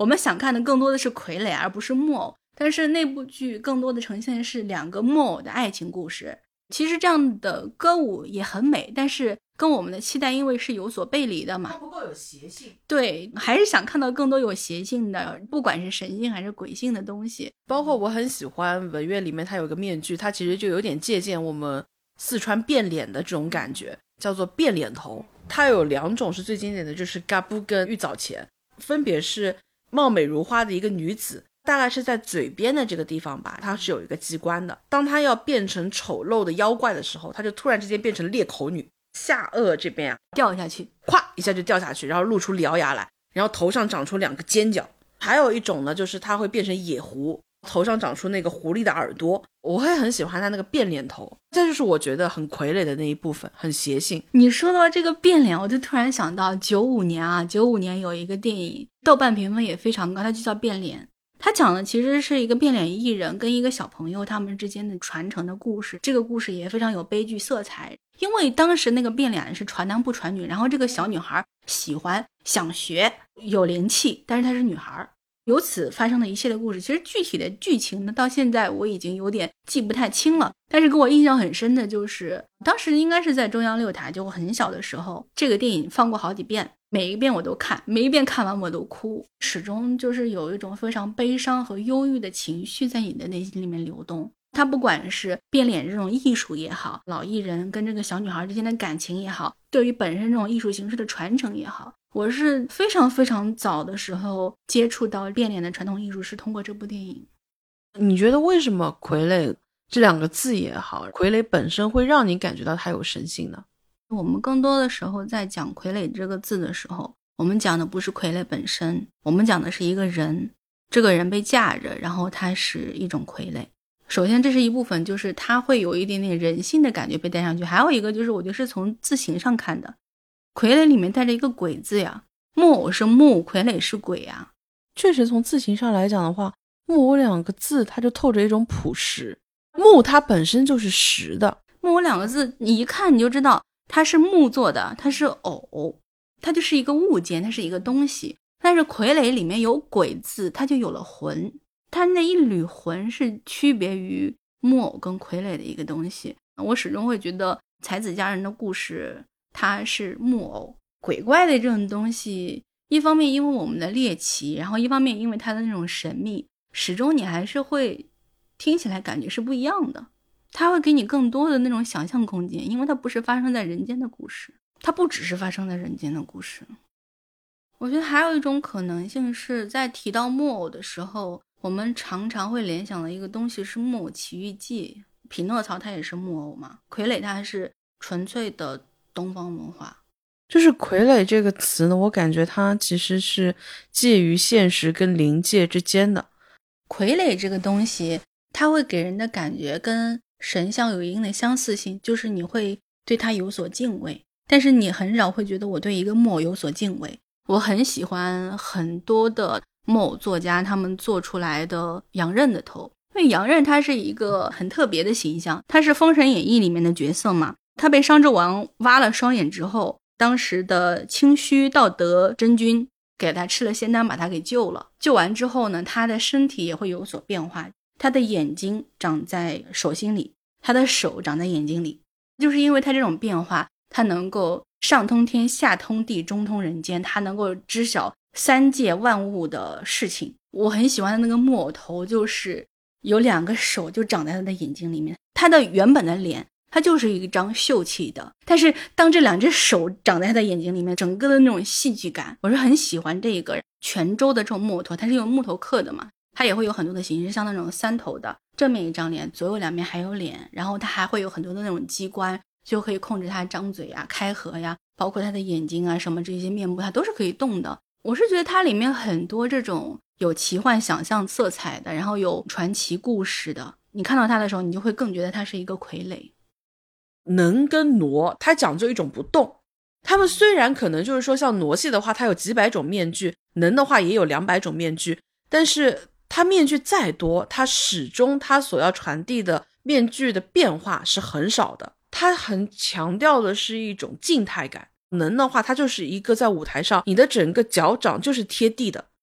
我们想看的更多的是傀儡而不是木偶，但是那部剧更多的呈现的是两个木偶的爱情故事。其实这样的歌舞也很美，但是跟我们的期待因为是有所背离的嘛， 它不够有邪性。 对，还是想看到更多有邪性的，不管是神性还是鬼性的东西。 包括我很喜欢文乐里面它有个面具，它其实就有点借鉴我们四川变脸的这种感觉，叫做变脸头。它有两种是最经典的，就是嘎布跟玉藻前，分别是貌美如花的一个女子，大概是在嘴边的这个地方吧，它是有一个机关的，当它要变成丑陋的妖怪的时候，它就突然之间变成裂口女，下颚这边啊掉下去， 咵一下就掉下去，然后露出獠牙来，然后头上长出两个尖角。还有一种呢，就是它会变成野狐，头上长出那个狐狸的耳朵。我会很喜欢它那个变脸头，这就是我觉得很傀儡的那一部分，很邪性。 你说到这个变脸，我就突然想到九五年啊，九五年有一个电影，豆瓣评分也非常高，它就叫变脸。它讲的其实是一个变脸艺人跟一个小朋友他们之间的传承的故事，这个故事也非常有悲剧色彩。因为当时那个变脸是传男不传女，然后这个小女孩喜欢想学有灵气，但是她是女孩，由此发生的一系列故事。其实具体的剧情呢，到现在我已经有点记不太清了，但是给我印象很深的就是当时应该是在中央六台，就我很小的时候，这个电影放过好几遍，每一遍我都看，每一遍看完我都哭，始终就是有一种非常悲伤和忧郁的情绪在你的内心里面流动。他不管是变脸这种艺术也好，老艺人跟这个小女孩之间的感情也好，对于本身这种艺术形式的传承也好，我是非常非常早的时候接触到变脸的传统艺术是通过这部电影。 你觉得为什么傀儡这两个字也好，傀儡本身会让你感觉到它有神性呢？ 我们更多的时候在讲傀儡这个字的时候，我们讲的不是傀儡本身，我们讲的是一个人，这个人被架着，然后他是一种傀儡。首先这是一部分，就是他会有一点点人性的感觉被带上去，还有一个就是我觉得是从字形上看的，傀儡里面带着一个鬼字呀，木偶是木，傀儡是鬼呀。 确实从字形上来讲的话，木偶两个字它就透着一种朴实，木它本身就是实的， 木偶两个字你一看你就知道它是木做的，它是偶，它就是一个物件，它是一个东西。但是傀儡里面有鬼字，它就有了魂，它那一缕魂是区别于木偶跟傀儡的一个东西。我始终会觉得才子佳人的故事它是木偶，鬼怪的这种东西，一方面因为我们的猎奇，然后一方面因为它的那种神秘，始终你还是会听起来感觉是不一样的，它会给你更多的那种想象空间，因为它不是发生在人间的故事，它不只是发生在人间的故事。我觉得还有一种可能性是在提到木偶的时候，我们常常会联想的一个东西是木偶奇遇记，匹诺曹他也是木偶嘛，傀儡它是纯粹的东方文化。 就是傀儡这个词呢，我感觉它其实是介于现实跟灵界之间的。 傀儡这个东西它会给人的感觉跟神像有一定的相似性，就是你会对它有所敬畏，但是你很少会觉得我对一个木偶有所敬畏。我很喜欢很多的木偶作家他们做出来的杨任的头，因为杨任他是一个很特别的形象，他是《封神演义》里面的角色嘛，他被商纣王挖了双眼之后，当时的清虚道德真君给他吃了仙丹把他给救了，救完之后呢，他的身体也会有所变化，他的眼睛长在手心里，他的手长在眼睛里，就是因为他这种变化，他能够上通天下通地中通人间，他能够知晓三界万物的事情。我很喜欢的那个木偶头就是有两个手就长在他的眼睛里面，他的原本的脸他就是一张秀气的，但是当这两只手长在他的眼睛里面，整个的那种戏剧感，我是很喜欢这个泉州的这种木偶头，它是用木头刻的嘛，它也会有很多的形式，像那种三头的，正面一张脸，左右两面还有脸，然后它还会有很多的那种机关，就可以控制它张嘴啊开合呀，包括它的眼睛啊什么这些面部它都是可以动的。我是觉得它里面很多这种有奇幻想象色彩的，然后有传奇故事的，你看到它的时候你就会更觉得它是一个傀儡。 能跟挪它讲究一种不动，他们虽然可能就是说像挪戏的话它有几百种面具，能的话也有两百种面具，但是它面具再多，它始终它所要传递的面具的变化是很少的，它很强调的是一种静态感。能的话它就是一个在舞台上你的整个脚掌就是贴地的，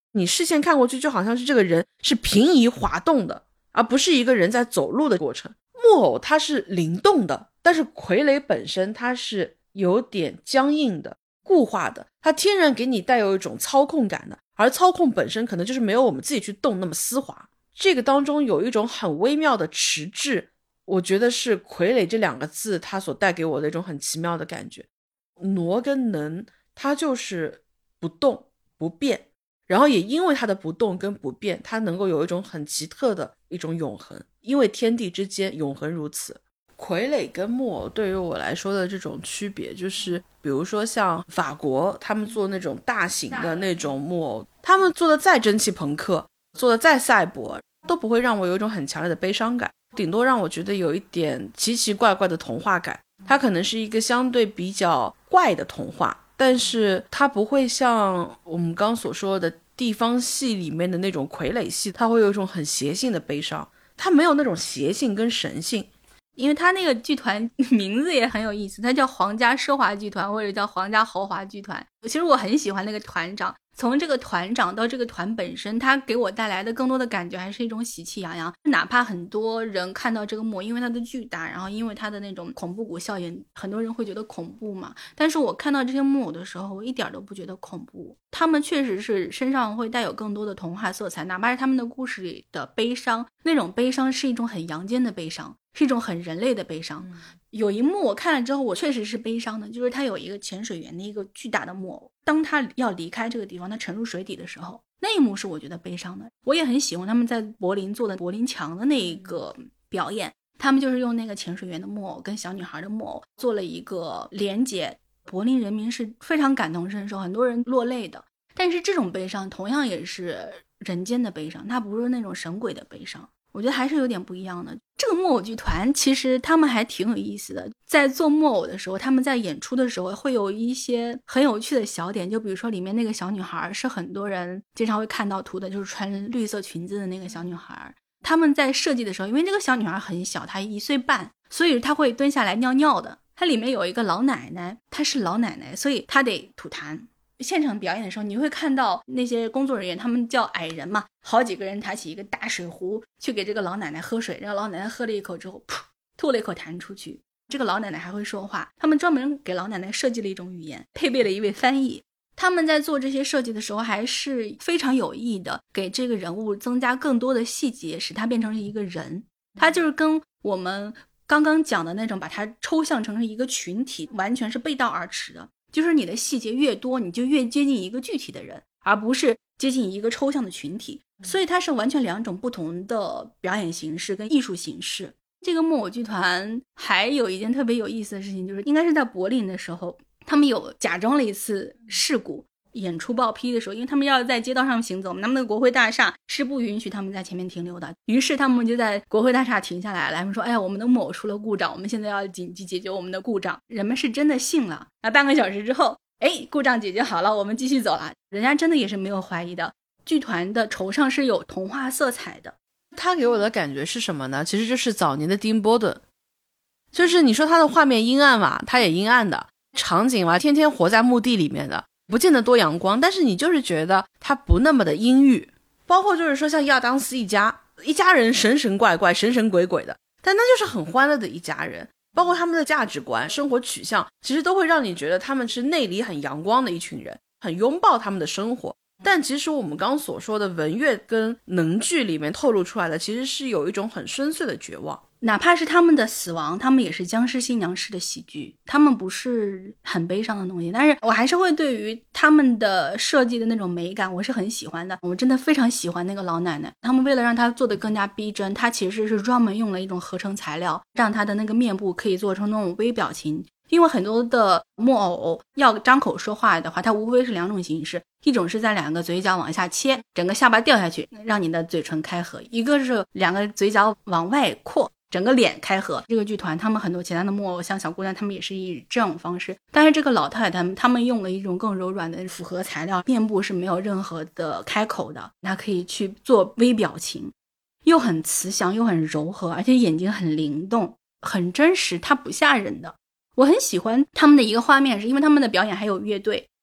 你视线看过去就好像是这个人是平移滑动的，而不是一个人在走路的过程。木偶它是灵动的，但是傀儡本身它是有点僵硬的固化的，它天然给你带有一种操控感的，而操控本身可能就是没有我们自己去动那么丝滑。这个当中有一种很微妙的迟滞，我觉得是傀儡这两个字它所带给我的一种很奇妙的感觉。挪跟能它就是不动不变，然后也因为它的不动跟不变，它能够有一种很奇特的一种永恒，因为天地之间永恒如此。傀儡跟木偶对于我来说的这种区别，就是比如说像法国他们做那种大型的那种木偶，他们做的再蒸汽朋克，做的再赛博，都不会让我有一种很强烈的悲伤感，顶多让我觉得有一点奇奇怪怪的童话感。它可能是一个相对比较怪的童话，但是它不会像我们刚所说的地方戏里面的那种傀儡戏，它会有一种很邪性的悲伤，它没有那种邪性跟神性。 因为他那个剧团名字也很有意思，他叫皇家奢华剧团或者叫皇家豪华剧团。其实我很喜欢那个团长，从这个团长到这个团本身，他给我带来的更多的感觉还是一种喜气洋洋。哪怕很多人看到这个木偶，因为它的巨大，然后因为它的那种恐怖谷效应，很多人会觉得恐怖嘛。但是我看到这些木偶的时候，我一点都不觉得恐怖。他们确实是身上会带有更多的童话色彩，哪怕是他们的故事里的悲伤，那种悲伤是一种很阳间的悲伤，是一种很人类的悲伤。嗯、有一幕我看了之后我确实是悲伤的，就是他有一个潜水员的一个巨大的木偶，当他要离开这个地方，他沉入水底的时候，那一幕是我觉得悲伤的。我也很喜欢他们在柏林做的柏林墙的那个表演，他们就是用那个潜水员的木偶跟小女孩的木偶做了一个连结，柏林人民是非常感同身受，很多人落泪的。但是这种悲伤同样也是人间的悲伤，它不是那种神鬼的悲伤，我觉得还是有点不一样的。这个木偶剧团其实他们还挺有意思的，在做木偶的时候，他们在演出的时候会有一些很有趣的小点，就比如说里面那个小女孩是很多人经常会看到图的，就是穿绿色裙子的那个小女孩。他们在设计的时候，因为这个小女孩很小，她一岁半，所以她会蹲下来尿尿的。它里面有一个老奶奶，她是老奶奶，所以她得吐痰。现场表演的时候，你会看到那些工作人员，他们叫矮人嘛，好几个人抬起一个大水壶去给这个老奶奶喝水，然后老奶奶喝了一口之后，噗，吐了一口痰出去。这个老奶奶还会说话，他们专门给老奶奶设计了一种语言，配备了一位翻译。他们在做这些设计的时候还是非常有意的，给这个人物增加更多的细节，使他变成一个人。他就是跟我们刚刚讲的那种把它抽象成一个群体完全是背道而驰的，就是你的细节越多，你就越接近一个具体的人，而不是接近一个抽象的群体。所以它是完全两种不同的表演形式跟艺术形式。这个木偶剧团还有一件特别有意思的事情，就是应该是在柏林的时候，他们有假装了一次事故，演出报批的时候，因为他们要在街道上行走，他们的国会大厦是不允许他们在前面停留的，于是他们就在国会大厦停下来了，他们说哎呀，我们的木偶出了故障，我们现在要紧急解决我们的故障。人们是真的信了，那半个小时之后，哎，故障解决好了，我们继续走了。人家真的也是没有怀疑的。剧团的筹上是有童话色彩的。 他给我的感觉是什么呢？其实就是早年的丁波顿，就是你说他的画面阴暗嘛，他也阴暗的，场景嘛，天天活在墓地里面的，不见得多阳光，但是你就是觉得他不那么的阴郁。包括就是说像亚当斯一家一家人神神怪怪神神鬼鬼的，但那就是很欢乐的一家人，包括他们的价值观生活取向其实都会让你觉得他们是内里很阳光的一群人，很拥抱他们的生活。但其实我们刚刚所说的文乐跟能剧里面透露出来的其实是有一种很深邃的绝望。 哪怕是他们的死亡，他们也是僵尸新娘式的喜剧，他们不是很悲伤的东西，但是我还是会对于他们的设计的那种美感我是很喜欢的。我真的非常喜欢那个老奶奶，他们为了让她做得更加逼真，她其实是专门用了一种合成材料，让她的那个面部可以做成那种微表情。因为很多的木偶要张口说话的话，它无非是两种形式，一种是在两个嘴角往下切，整个下巴掉下去让你的嘴唇开合，一个是两个嘴角往外扩，整个脸开合。这个剧团他们很多其他的木偶像小姑娘他们也是以这种方式，但是这个老太太他们用了一种更柔软的复合材料，面部是没有任何的开口的，它可以去做微表情，又很慈祥又很柔和，而且眼睛很灵动很真实，它不吓人的。我很喜欢他们的一个画面，是因为他们的表演还有乐队，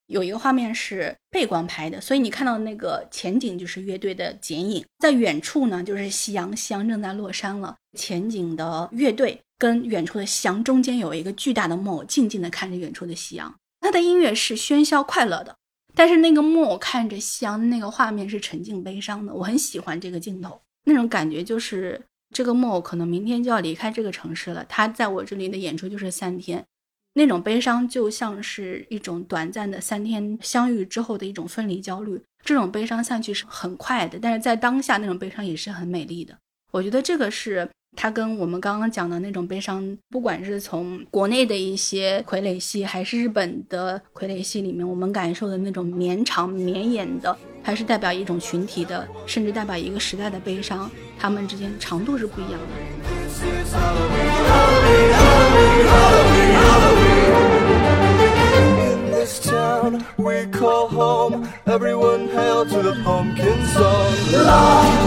有一个画面是背光拍的，所以你看到那个前景就是乐队的剪影，在远处呢就是夕阳，夕阳正在落山了，前景的乐队跟远处的夕阳中间有一个巨大的木偶静静地看着远处的夕阳。它的音乐是喧嚣快乐的，但是那个木偶看着夕阳的那个画面是沉静悲伤的。我很喜欢这个镜头，那种感觉就是这个木偶可能明天就要离开这个城市了，他在我这里的演出就是三天，那种悲伤就像是一种短暂的三天相遇之后的一种分离焦虑，这种悲伤散去是很快的，但是在当下那种悲伤也是很美丽的。我觉得这个是它跟我们刚刚讲的那种悲伤，不管是从国内的一些傀儡戏还是日本的傀儡戏里面我们感受的那种绵长绵延的，还是代表一种群体的，甚至代表一个时代的悲伤，它们之间的长度是不一样的。 This town we call home, everyone hail to the pumpkin song. La